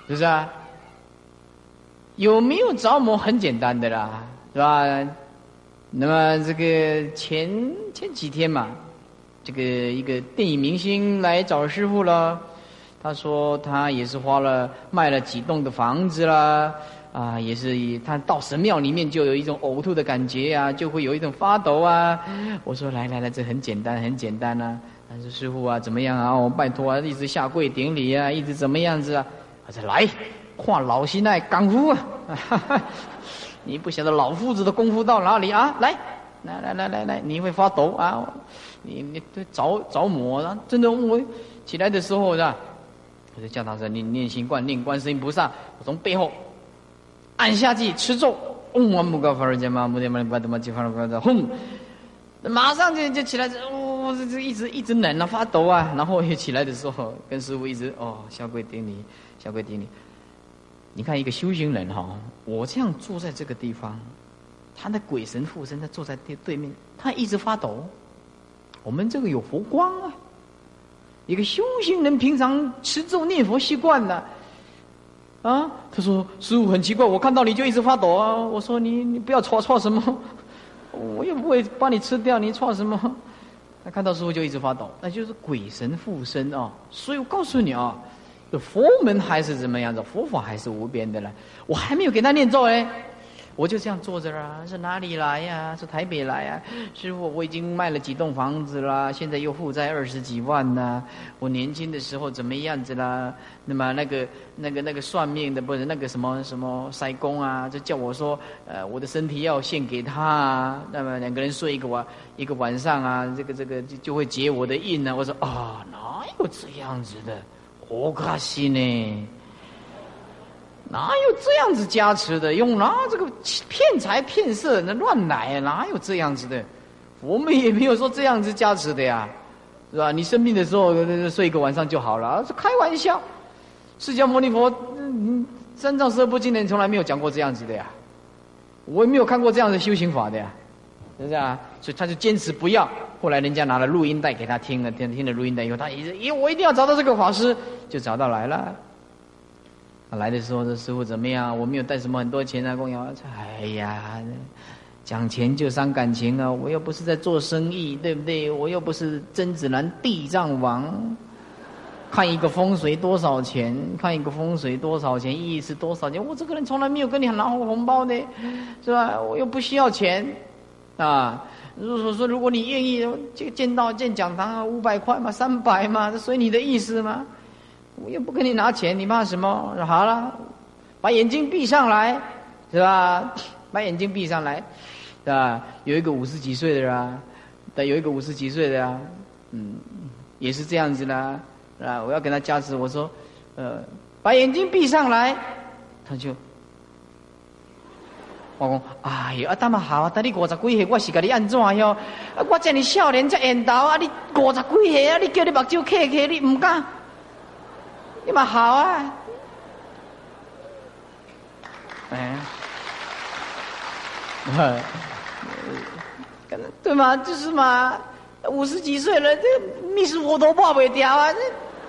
是不是啊？有没有着魔很简单的啦，是吧？那么这个前前几天嘛，这个一个电影明星来找师父了，他说他也是花了卖了几栋的房子啦，啊，也是他到神庙里面就有一种呕吐的感觉啊，就会有一种发抖啊。我说来来来，这很简单很简单啊。但是师父啊，怎么样啊？我拜托啊，一直下跪顶礼啊，一直怎么样子啊？他说来，看老心爱功夫啊！你不晓得老夫子的功夫到哪里啊？来，来来来来来，你会发抖啊？你你着着魔啊！真的，我起来的时候是吧？我就叫他说：“你念心观，念观世音菩萨。”我从背后按下去持咒，嗡嘛木嘎发尔伽嘛木đề嘛巴德嘛吉发尔嘎的轰，马上就就起来，哦，这这一直一直冷啊，发抖啊。然后一起来的时候，跟师父一直哦下跪顶礼，下跪顶礼。你看一个修行人哈、哦，我这样坐在这个地方，他的鬼神附身，他坐在对对面，他一直发抖。我们这个有佛光啊，一个修行人平常持咒念佛习惯了，啊，他说师父很奇怪，我看到你就一直发抖啊。我说你你不要错错什么，我又不会把你吃掉，你错什么？他看到师父就一直发抖，那就是鬼神附身啊。所以我告诉你啊。佛门还是怎么样子？佛法还是无边的了。我还没有给他念咒哎，我就这样坐着啦。是哪里来呀、啊？是台北来呀、啊？师父，我已经卖了几栋房子啦，现在又负债二十几万呐。我年轻的时候怎么样子啦？那么那个那个那个算命的不是那个什么什么塞公啊，就叫我说，呃，我的身体要献给他啊。那么两个人睡一个晚一个晚上啊，这个这个就就会结我的印啊。我说啊，哪有这样子的？我可惜呢，哪有这样子加持的？用哪这个骗财骗色，那乱来，哪有这样子的？我们也没有说这样子加持的呀，是吧？你生病的时候睡一个晚上就好了，是开玩笑。释迦牟尼佛，嗯，三藏十二部经典从来没有讲过这样子的呀，我也没有看过这样的修行法的呀，是不是啊？所以他就坚持不要。后来人家拿了录音带给他听了，听听了录音带以后，他一直，咦，我一定要找到这个法师，就找到来了。他来的时候，这师父怎么样？我没有带什么很多钱啊，供养。哎呀，讲钱就伤感情啊！我又不是在做生意，对不对？我又不是甄子兰地藏王，看一个风水多少钱？看一个风水多少钱？意义是多少钱？我这个人从来没有跟你拿过红包的，是吧？我又不需要钱，啊。如果说如果你愿意，就见到见讲堂啊，五百块嘛，三百嘛，这随你的意思嘛。我又不跟你拿钱，你怕什么？好了，把眼睛闭上来，是吧？把眼睛闭上来，是吧？有一个五十几岁的人啊，有一个五十几岁的啊，嗯，也是这样子的啊。我要跟他加持，我说，呃，把眼睛闭上来，他就。我讲，哎呦，啊，那么好啊！等你五十几岁，我是甲你安怎哟？啊，我这么少年才缘投啊！你五十几岁啊！你叫你目睭开开，你唔敢？你嘛好啊！哎，对吗？就是嘛，五十几岁了，这密室活头破不掉啊！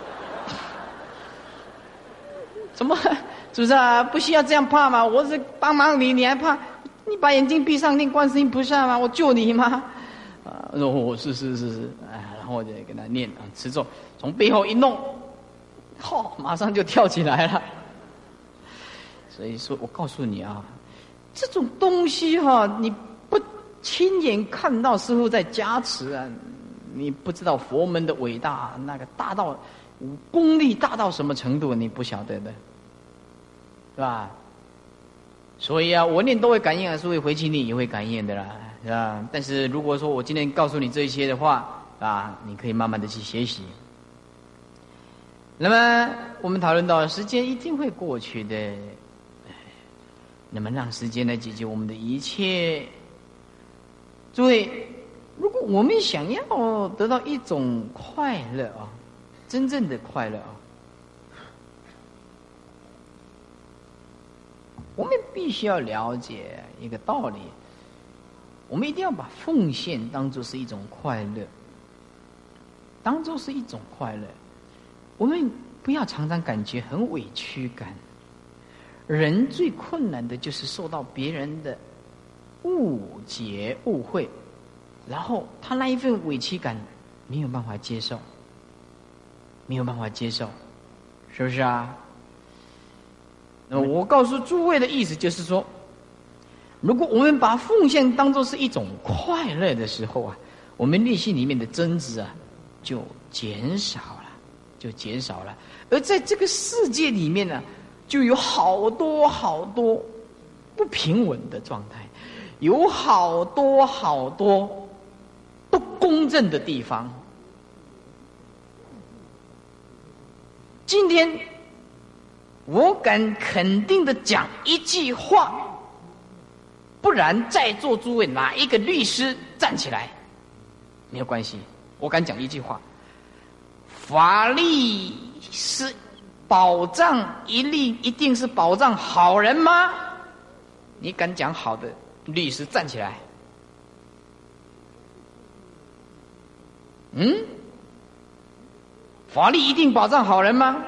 怎么？是不是啊？不需要这样怕嘛！我是帮忙你，你还怕？你把眼睛闭上，念观世音菩萨嘛，我救你嘛！啊，说我是是是是，哎，然后我就跟他念啊，持咒，从背后一弄，吼，马上就跳起来了。所以说我告诉你啊，这种东西哈、啊，你不亲眼看到师父在加持啊，你不知道佛门的伟大，那个大到功力大到什么程度，你不晓得的。是吧？所以啊，我念都会感应啊，所以回去念也会感应的啦，是吧？但是如果说我今天告诉你这些的话啊，你可以慢慢的去学习。那么我们讨论到时间一定会过去的，那么让时间来解决我们的一切。诸位，如果我们想要得到一种快乐啊，真正的快乐啊，我们必须要了解一个道理，我们一定要把奉献当作是一种快乐，当作是一种快乐。我们不要常常感觉很委屈感， 人最困难的就是受到别人的误解误会，然后他那一份委屈感没有办法接受，没有办法接受，是不是啊？那么我告诉诸位的意思就是说，如果我们把奉献当作是一种快乐的时候啊，我们内心里面的争执啊就减少了，就减少了。而在这个世界里面呢，就有好多好多不平稳的状态，有好多好多不公正的地方。今天我敢肯定的讲一句话，不然在座诸位哪一个律师站起来没有关系，我敢讲一句话，法律是保障一律一定是保障好人吗？你敢讲好的律师站起来。嗯，法律一定保障好人吗？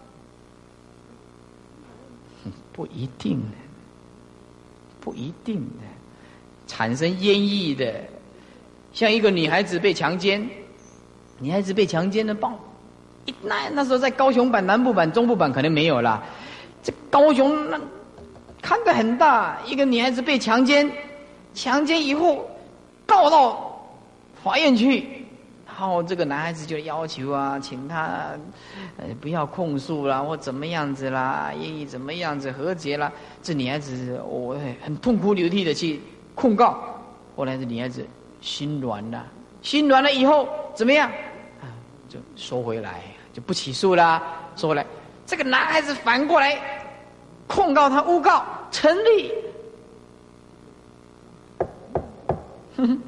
不一定的，不一定的，产生冤狱的。像一个女孩子被强奸，女孩子被强奸的报，那那时候在高雄版、南部版、中部版可能没有啦。这高雄那看得很大，一个女孩子被强奸，强奸以后告到法院去。然后这个男孩子就要求啊，请他呃不要控诉啦，或怎么样子啦，愿意怎么样子和解啦。这女孩子我、哦、很痛哭流涕的去控告，后来这女孩子心软了，心软了以后怎么样？啊，就收回来，就不起诉啦，收回来。这个男孩子反过来控告他诬告成立，哼哼。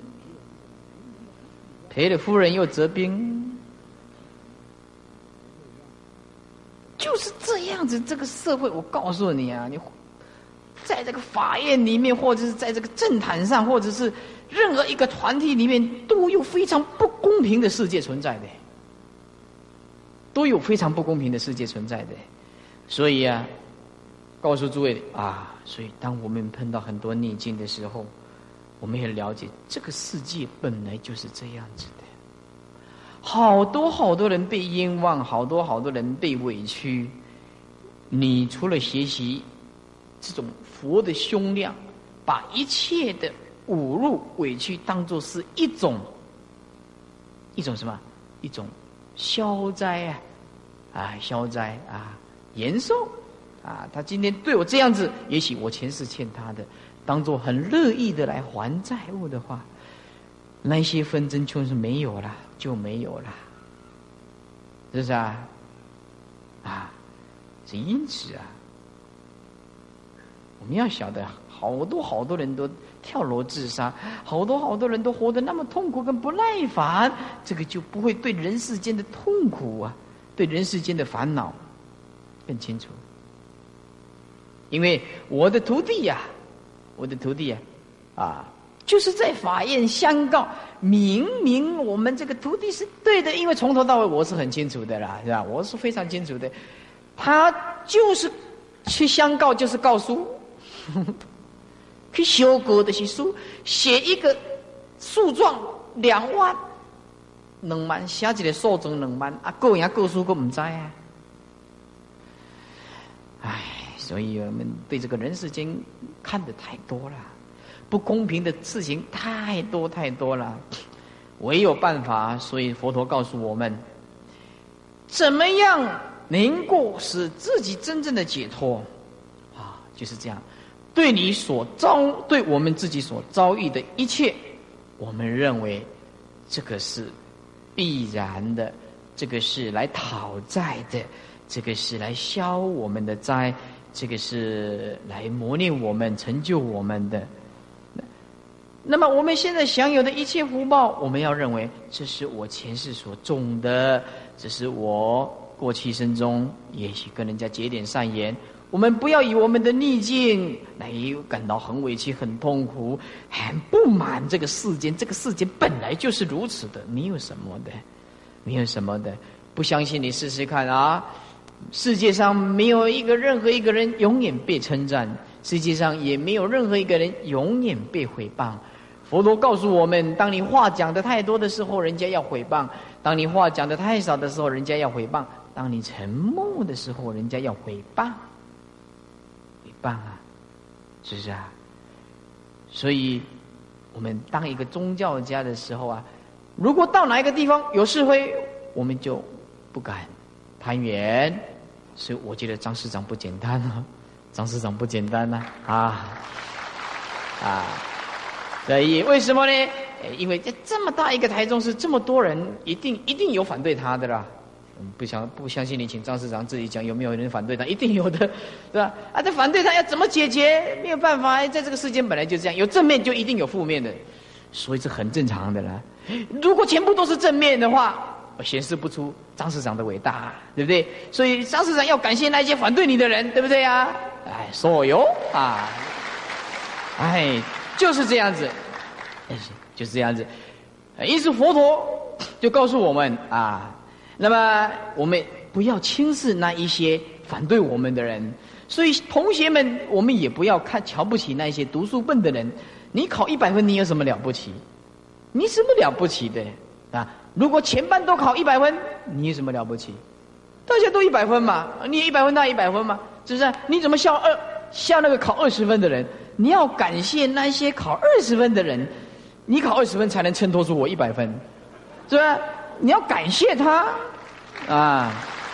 赔了夫人又折兵，就是这样子。这个社会，我告诉你啊，你在这个法院里面，或者是在这个政坛上，或者是任何一个团体里面，都有非常不公平的世界存在的，都有非常不公平的世界存在的。所以啊，告诉诸位啊，所以当我们碰到很多逆境的时候，我们也了解这个世界本来就是这样子的，好多好多人被冤枉，好多好多人被委屈。你除了学习这种佛的胸量，把一切的侮辱委屈当作是一种一种什么？一种消灾啊啊消灾啊延寿啊！他今天对我这样子，也许我前世欠他的，当作很乐意的来还债务的话，那些纷争就是没有了，就没有了，是不是啊？啊，是因此啊，我们要晓得，好多好多人都跳楼自杀，好多好多人都活得那么痛苦跟不耐烦，这个就不会对人世间的痛苦啊，对人世间的烦恼更清楚。因为我的徒弟呀、啊，我的徒弟呀、啊，啊，就是在法院相告，明明我们这个徒弟是对的，因为从头到尾我是很清楚的啦，是吧？我是非常清楚的，他就是去相告，就是告诉，去修改的是书，写一个诉状两万，两万写一个诉状两万，啊，个人个书个唔知啊，唉。所以我们对这个人世间看得太多了，不公平的事情太多太多了，唯有办法。所以佛陀告诉我们，怎么样能够使自己真正的解脱啊？就是这样，对你所遭，对我们自己所遭遇的一切，我们认为这个是必然的，这个是来讨债的，这个是来消我们的灾，这个是来磨练我们、成就我们的。那么我们现在享有的一切福报，我们要认为这是我前世所种的，这是我过去生中也许跟人家结点善缘。我们不要以我们的逆境来感到很委屈、很痛苦、很不满这个世间。这个世间本来就是如此的，没有什么的，没有什么的。不相信你试试看啊！ 世界上没有一个任何一个人永远被称赞，世界上也没有任何一个人永远被毁谤。佛陀告诉我们，当你话讲的太多的时候，人家要毁谤；当你话讲的太少的时候，人家要毁谤；当你沉默的时候，人家要毁谤。毁谤啊，是不是啊？所以我们当一个宗教家的时候啊，如果到哪一个地方有是非，我们就不敢攀援。所以我觉得张师长不简单啊，张师长不简单呐啊啊！所以为什么呢？因为在这么大一个台中市，这么多人，一定一定有反对他的啦。嗯，不相不相信你，请张市长自己讲，有没有人反对他？一定有的，对吧？啊，这反对他要怎么解决？没有办法，在这个世间本来就这样，有正面就一定有负面的，所以这很正常的啦。如果全部都是正面的话，显示不出张市长的伟大，对不对？所以张市长要感谢那些反对你的人，对不对啊？哎，所有啊，哎，就是这样子，就是这样子。因此佛陀就告诉我们啊，那么我们不要轻视那一些反对我们的人。所以同学们，我们也不要看瞧不起那些读书笨的人。你考一百分，你有什么了不起？你什么了不起的啊？如果全班都考一百分，你有什么了不起？大家都一百分嘛，你一百分，他一百分嘛，是不是？你怎么笑二笑那个考二十分的人？你要感谢那些考二十分的人，你考二十分才能衬托出我一百分，是吧？你要感谢他啊。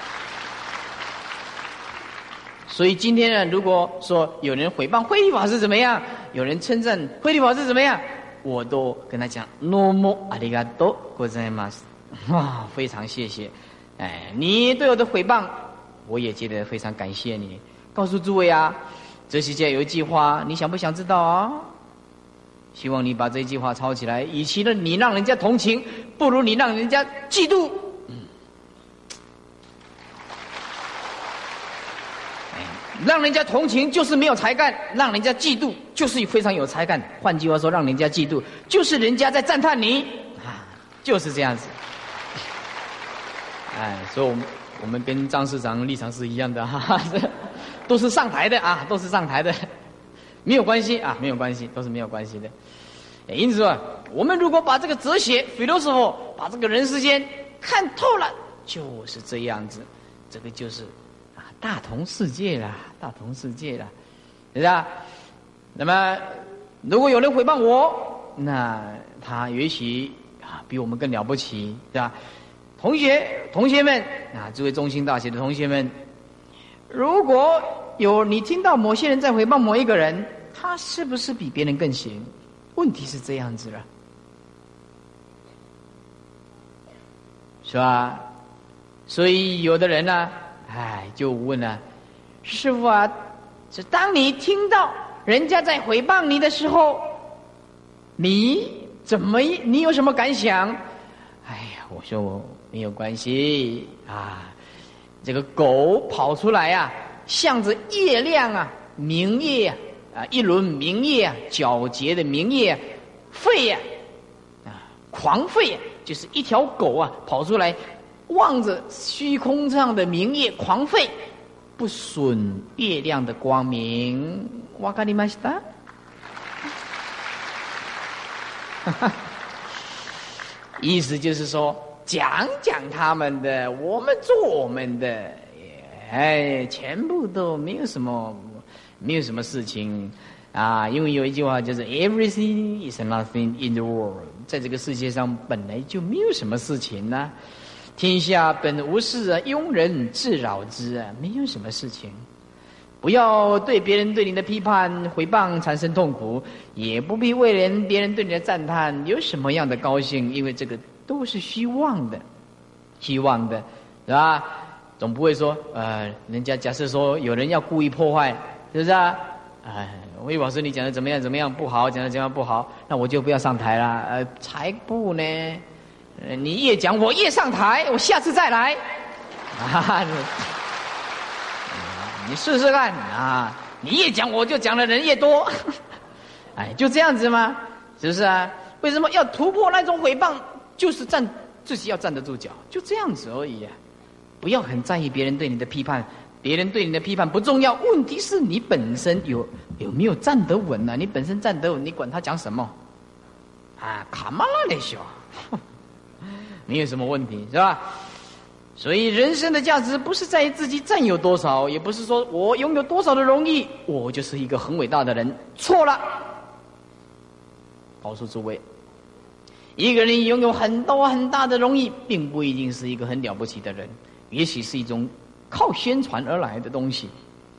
所以今天呢，如果说有人诽谤慧理法师怎么样，有人称赞慧理法师怎么样，我都跟他讲 "no more ありがとうございます"，啊，非常谢谢。哎，你对我的诽谤，我也觉得非常感谢你。告诉诸位啊，哲学家有一句话，你想不想知道啊？希望你把这句话抄起来。与其呢你让人家同情，不如你让人家嫉妒。嗯，让人家同情就是没有才干，让人家嫉妒就是非常有才干。换句话说，让人家嫉妒就是人家在赞叹你啊，就是这样子。哎，所以我们我们跟张市长立场是一样的，哈哈，都是上台的啊，都是上台的，没有关系啊，没有关系，都是没有关系的。因此啊，我们如果把这个哲学 philosophy 把这个人世间看透了，就是这样子，这个就是啊大同世界啦，大同世界啦，是吧？那么如果有人诽谤我，那他也许啊比我们更了不起，是吧？同学同学们啊，诸位中兴大学的同学们，如果有你听到某些人在诽谤某一个人，他是不是比别人更行？问题是这样子了，是吧？所以有的人呢，哎，就问了，师父啊，这当你听到人家在诽谤你的时候，你怎么你有什么感想？哎呀，我说我没有关系啊，这个狗跑出来啊，向着月亮啊，明月啊。啊，一轮明月啊，皎洁的明月啊，吠呀，啊，狂吠，就是一条狗啊，跑出来，望着虚空上的明月狂吠，不损月亮的光明。わかりました？意思就是说，讲讲他们的，我们做我们的，哎，全部都没有什么。没有什么事情啊，因为有一句话就是 "Everything is nothing in the world"， 在这个世界上本来就没有什么事情呢、啊。天下本无事啊，庸人自扰之啊，没有什么事情。不要对别人对你的批判、诽谤产生痛苦，也不必为人别人对你的赞叹有什么样的高兴，因为这个都是虚妄的，虚妄的，是吧？总不会说，呃，人家假设说有人要故意破坏。是不是啊？哎，慧老师，你讲的怎么样？怎么样不好？讲的怎么样不好？那我就不要上台了。呃，才不呢！呃，你越讲，我越上台，我下次再来。啊，你试试看啊！你越讲，我就讲的人越多。哎，就这样子吗？是不是啊？为什么要突破那种诽谤？就是站自己要站得住脚，就这样子而已啊！ 不要很在意别人对你的批判，别人对你的批判不重要，问题是你本身有有没有站得稳呢、啊？你本身站得稳，你管他讲什么啊？卡玛拉那些，没有什么问题，是吧？所以人生的价值不是在于自己占有多少，也不是说我拥有多少的荣誉，我就是一个很伟大的人。错了，告诉诸位，一个人拥有很多很大的荣誉，并不一定是一个很了不起的人，也许是一种靠宣传而来的东西。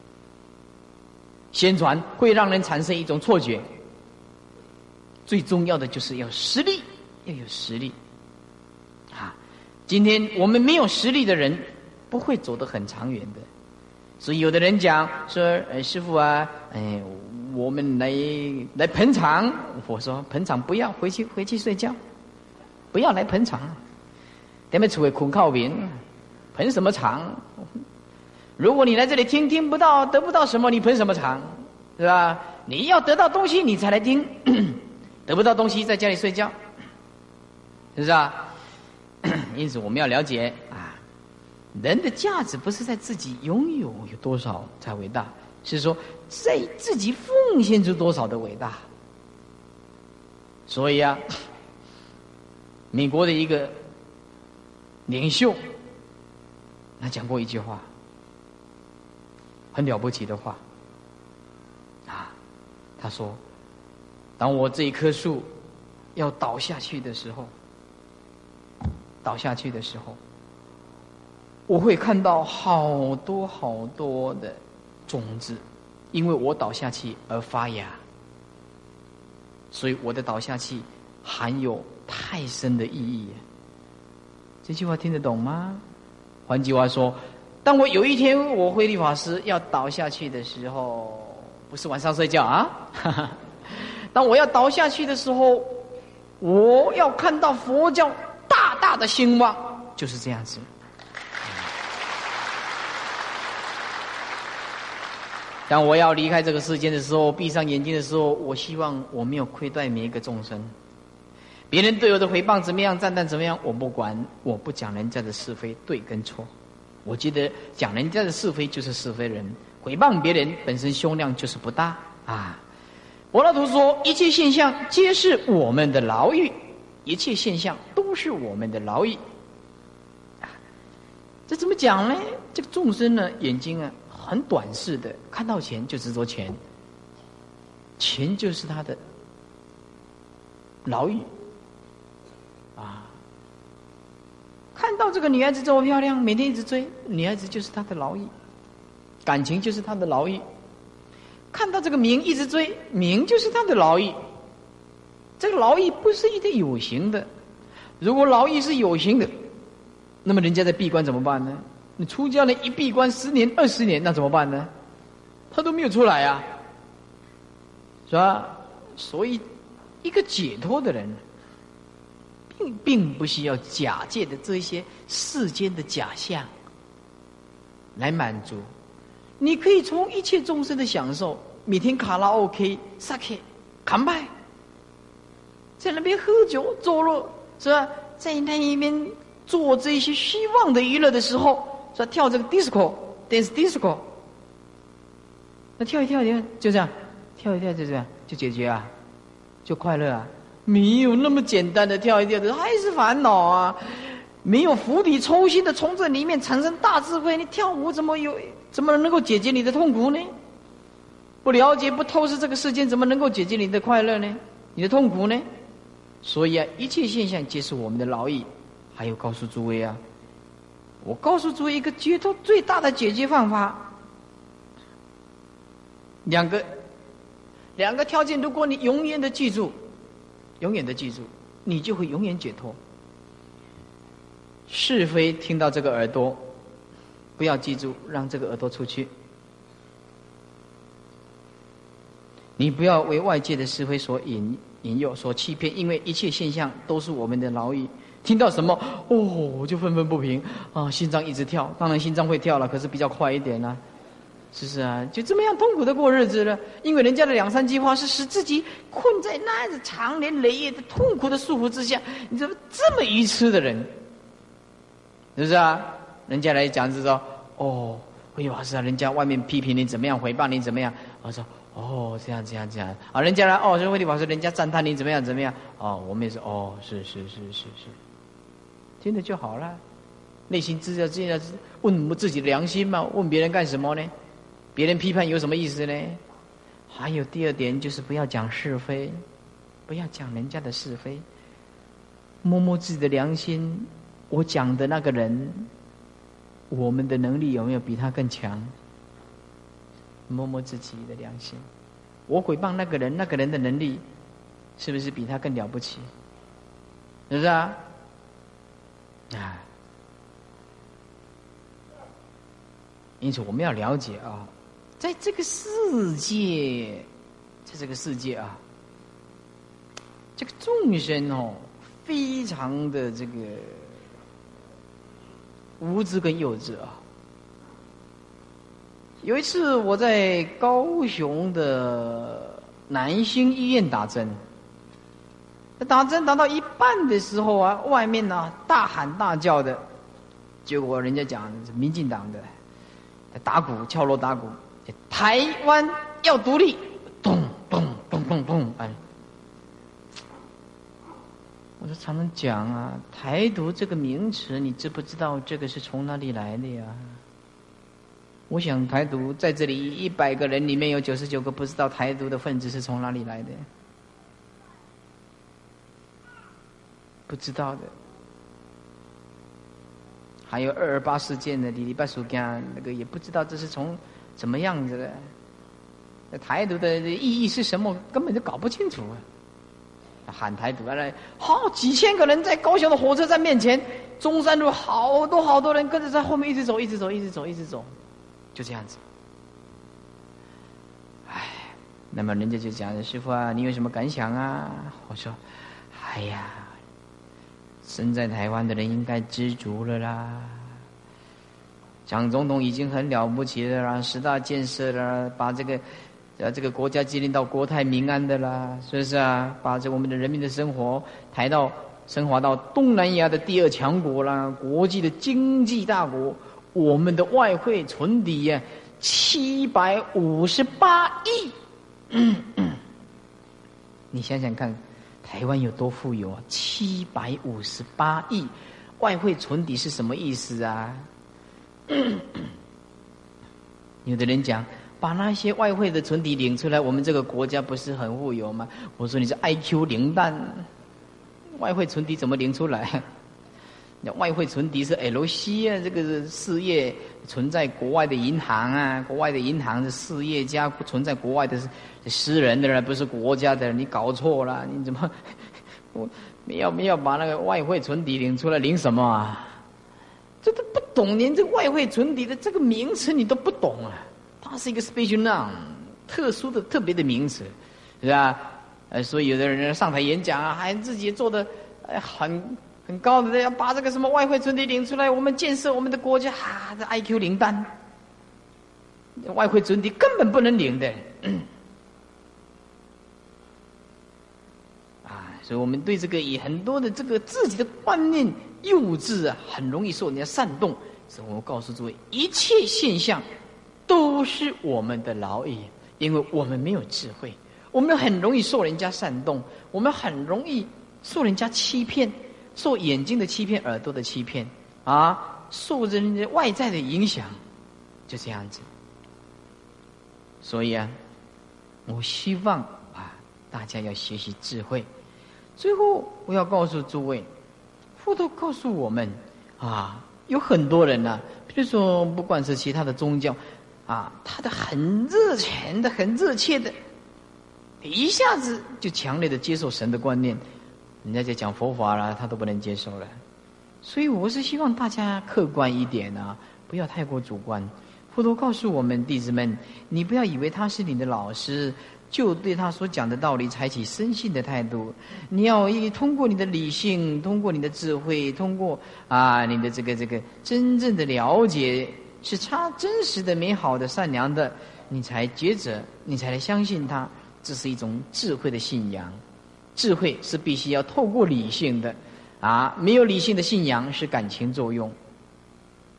宣传会让人产生一种错觉，最重要的就是要实力，要有实力啊！今天我们没有实力的人，不会走得很长远的。所以有的人讲说：“呃，师父啊，哎，我们来来捧场。”我说：“捧场不要，回去回去睡觉，不要来捧场。他们处为苦靠民，捧什么场？如果你来这里听，听不到，得不到什么，你捧什么场？是吧？你要得到东西，你才来听；得不到东西，在家里睡觉，是不是啊？因此，我们要了解啊，人的价值不是在自己拥有有多少才伟大，是说在自己奉献出多少的伟大。所以啊，美国的一个领袖，他讲过一句话，很了不起的话啊，他说：“当我这一棵树要倒下去的时候，倒下去的时候，我会看到好多好多的种子，因为我倒下去而发芽，所以我的倒下去含有太深的意义。”这句话听得懂吗？换句话说，当我有一天我慧律法师要倒下去的时候，不是晚上睡觉啊，当我要倒下去的时候，我要看到佛教大大的兴旺，就是这样子。当我要离开这个世间的时候，闭上眼睛的时候，我希望我没有亏待每一个众生。别人对我的诽谤怎么样，赞叹怎么样，我不管，我不讲人家的是非对跟错。我觉得讲人家的是非就是是非人，诽谤别人本身胸量就是不大啊。柏拉图说，一切现象皆是我们的牢狱，一切现象都是我们的牢狱。这怎么讲呢？这个众生呢，眼睛啊很短视的，看到钱就执着钱，钱就是他的牢狱啊。看到这个女孩子这么漂亮，每天一直追，女孩子就是他的牢狱，感情就是他的牢狱。看到这个名一直追，名就是他的牢狱。这个牢狱不是一个有形的，如果牢狱是有形的，那么人家在闭关怎么办呢？你出家人一闭关十年二十年，那怎么办呢？他都没有出来啊，是吧？所以一个解脱的人并并不需要假借的这些世间的假象来满足。你可以从一切众生的享受，每天卡拉 OK、sake、康拜，在那边喝酒作乐，是吧？在那一边做这些虚妄的娱乐的时候，是吧？跳这个 disco、dance disco， 那跳一跳，你看就这样，跳一跳就这样就解决啊，就快乐啊。没有那么简单的跳一跳的，还是烦恼啊！没有釜底抽薪的从这里面产生大智慧，你跳舞怎么有怎么能够解决你的痛苦呢？不了解不透视这个世间，怎么能够解决你的快乐呢？你的痛苦呢？所以啊，一切现象皆是我们的劳役。还有告诉诸位啊，我告诉诸位一个解脱最大的解决方法，两个两个条件，如果你永远的记住。永远的记住，你就会永远解脱。是非听到这个耳朵，不要记住，让这个耳朵出去。你不要为外界的是非所引引诱、所欺骗，因为一切现象都是我们的牢狱。听到什么，哦，我就愤愤不平啊，心脏一直跳。当然心脏会跳了，可是比较快一点啦、啊。是不是啊？就这么样痛苦的过日子了，因为人家的两三句话是使自己困在那样子长年累月的痛苦的束缚之下。你怎么这么愚痴的人？是不是啊？ 人家来讲是说，哦，慧法师啊，人家外面批评你怎么样，诽谤你怎么样？我说，哦，这样这样这样。啊，人家来，哦，说慧法师，人家赞叹你怎么样怎么样？哦，我们也说，哦，是是是是是，听着就好了。内心知道知道问自己的良心嘛？问别人干什么呢？别人批判有什么意思呢？还有第二点就是不要讲是非，不要讲人家的是非，摸摸自己的良心。我讲的那个人，我们的能力有没有比他更强？摸摸自己的良心。我诽谤那个人，那个人的能力是不是比他更了不起？是不是啊？啊！因此我们要了解啊，在这个世界，在这个世界啊，这个众生哦，非常的这个无知跟幼稚啊。有一次我在高雄的南兴医院打针，打针打到一半的时候啊，外面呢、啊、大喊大叫的，结果人家讲是民进党的打鼓敲锣打鼓，台湾要独立，咚咚咚咚咚，哎，我就常常讲啊，台独这个名词，你知不知道这个是从哪里来的呀？我想台独在这里一百个人里面有九十九个不知道台独的分子是从哪里来的，不知道的。还有二二八事件的礼拜暑假那个也不知道这是从怎么样子的，台独的意义是什么根本就搞不清楚啊！喊台独来，好几千个人在高雄的火车站面前，中山路好多好多人跟着在后面一直走，一直走，一直走，一直走，就这样子。唉，那么人家就讲师父啊，你有什么感想啊？我说，哎呀。身在台湾的人应该知足了啦，蒋总统已经很了不起了啦，十大建设啦，把这个呃这个国家建立到国泰民安的啦，是不是啊？把这我们的人民的生活抬到升华到东南亚的第二强国啦，国际的经济大国，我们的外汇存底呀七百五十八亿，嗯嗯，你想想看。台湾有多富有啊？七百五十八亿，外汇存底是什么意思啊？有的人讲，把那些外汇的存底领出来，我们这个国家不是很富有吗？我说你是 I Q 零蛋，外汇存底怎么领出来？外汇存底是 L C 啊，这个是事业存在国外的银行啊，国外的银行是事业家存在国外的私人的人，不是国家的，你搞错了，你怎么我没有没有把那个外汇存底领出来，领什么啊？这都不懂，连这外汇存底的这个名词你都不懂啊！它是一个 special noun， 特殊的特别的名词，是吧？呃，所以有的人上台演讲啊，还自己做的呃很。很高的要把这个什么外汇存底领出来，我们建设我们的国家，哈、啊，这 I Q 零蛋，外汇存底根本不能领的，啊，所以我们对这个以很多的这个自己的观念幼稚啊，很容易受人家煽动。所以我告诉诸位，一切现象都是我们的劳役，因为我们没有智慧，我们很容易受人家煽动，我们很容易受人家欺骗。受眼睛的欺骗，耳朵的欺骗，啊，受人家外在的影响，就这样子。所以啊，我希望啊，大家要学习智慧。最后，我要告诉诸位，佛陀告诉我们啊，有很多人呢、啊，比如说，不管是其他的宗教，啊，他的很热情的、很热切的，一下子就强烈的接受神的观念。人家在讲佛法了，他都不能接受了，所以我是希望大家客观一点啊，不要太过主观。佛陀告诉我们弟子们，你不要以为他是你的老师，就对他所讲的道理采取深信的态度。你要通过你的理性，通过你的智慧，通过啊你的这个这个真正的了解，是他真实的、美好的、善良的，你才觉着，你才来相信他。这是一种智慧的信仰。智慧是必须要透过理性的，啊，没有理性的信仰是感情作用。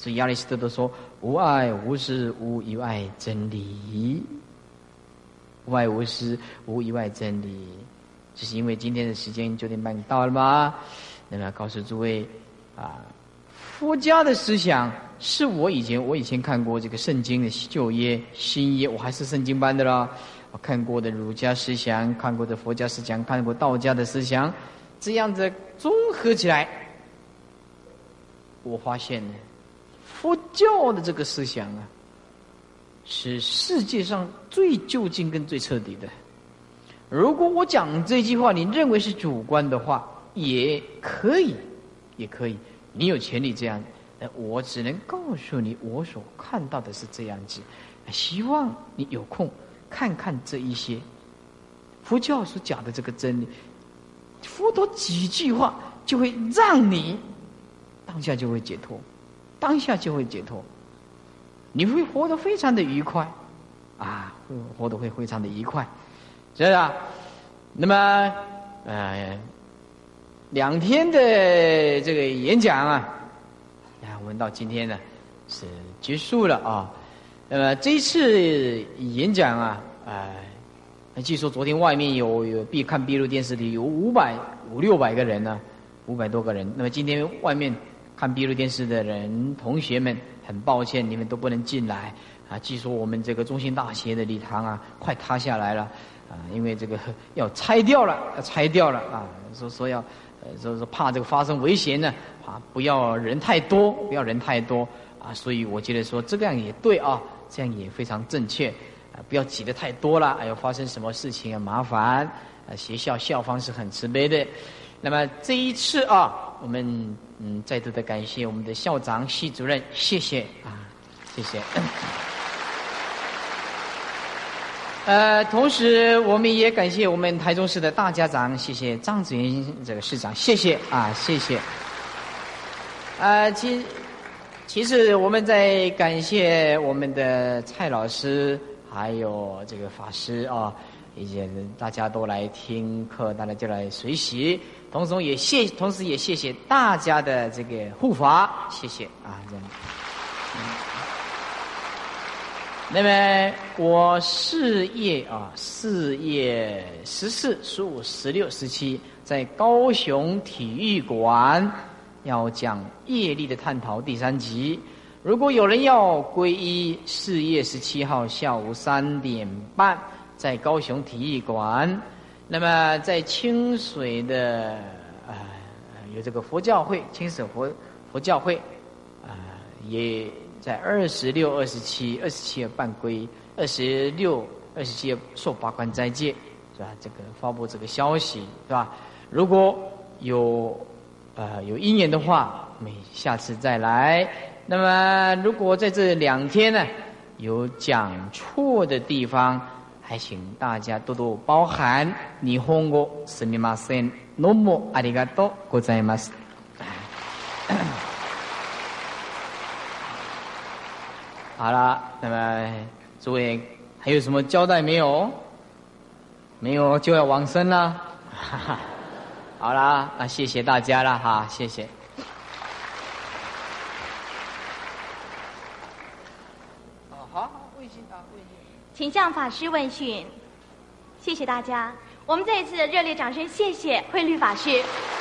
所以亚里士多德说：“无爱无师，无以外真理。无爱无师，无以外真理。”就是因为今天的时间九点半到了吗？那么告诉诸位啊，佛家的思想是我以前我以前看过这个圣经的旧约、新约，我还是圣经班的啦。我看过的儒家思想，看过的佛家思想，看过道家的思想，这样子综合起来，我发现呢，佛教的这个思想啊，是世界上最究竟跟最彻底的。如果我讲这句话，你认为是主观的话，也可以，也可以，你有权利这样。我只能告诉你，我所看到的是这样子。希望你有空看看这一些佛教所讲的这个真理，佛陀几句话就会让你当下就会解脱，当下就会解脱，你会活得非常的愉快啊，会活得会非常的愉快，是啊。那么呃，两天的这个演讲啊，啊，我们到今天呢是结束了啊。那么这一次演讲啊，呃，据说昨天外面有有必看闭路电视的有五百五六百个人呢、啊，五百多个人。那么今天外面看闭路电视的人，同学们，很抱歉，你们都不能进来啊。据说我们这个中兴大学的礼堂啊，快塌下来了啊，因为这个要拆掉了，要拆掉了啊，说说要，呃，说说怕这个发生危险呢，啊，不要人太多，不要人太多啊。所以我觉得说这样也对啊。这样也非常正确，啊，不要挤得太多了，哎呦，发生什么事情啊，麻烦，啊，学校校方是很慈悲的。那么这一次啊，我们嗯再度的感谢我们的校长、系主任，谢谢啊，谢谢。呃，同时我们也感谢我们台中市的大家长，谢谢张子元这个市长，谢谢啊，谢谢。呃，其。其实我们在感谢我们的蔡老师，还有这个法师啊，以及大家都来听课，大家就来学习，同时也谢，同时也谢谢大家的这个护法，谢谢啊，这样。嗯、那么我四月啊，四月十四、十五、十六、十七，在高雄体育馆。要讲业力的探讨第三集，如果有人要皈依，四月十七号下午三点半，在高雄体育馆。那么在清水的呃有这个佛教会，清水佛佛教会啊、呃，也在二十六、二十七、二十七办皈依，二十六、二十七受八关斋戒，是吧？这个发布这个消息，是吧？如果有。呃，有因缘的话，我们下次再来。那么，如果在这两天呢，有讲错的地方，还请大家多多包涵。日本語すみません。どうもありがとうございます。好了，那么诸位还有什么交代没有？没有就要往生了。哈哈。好啦，啊，谢谢大家了哈，谢谢。哦，好，问讯啊，问讯。 请向法师问讯，谢谢大家。我们再一次热烈掌声，谢谢慧律法师。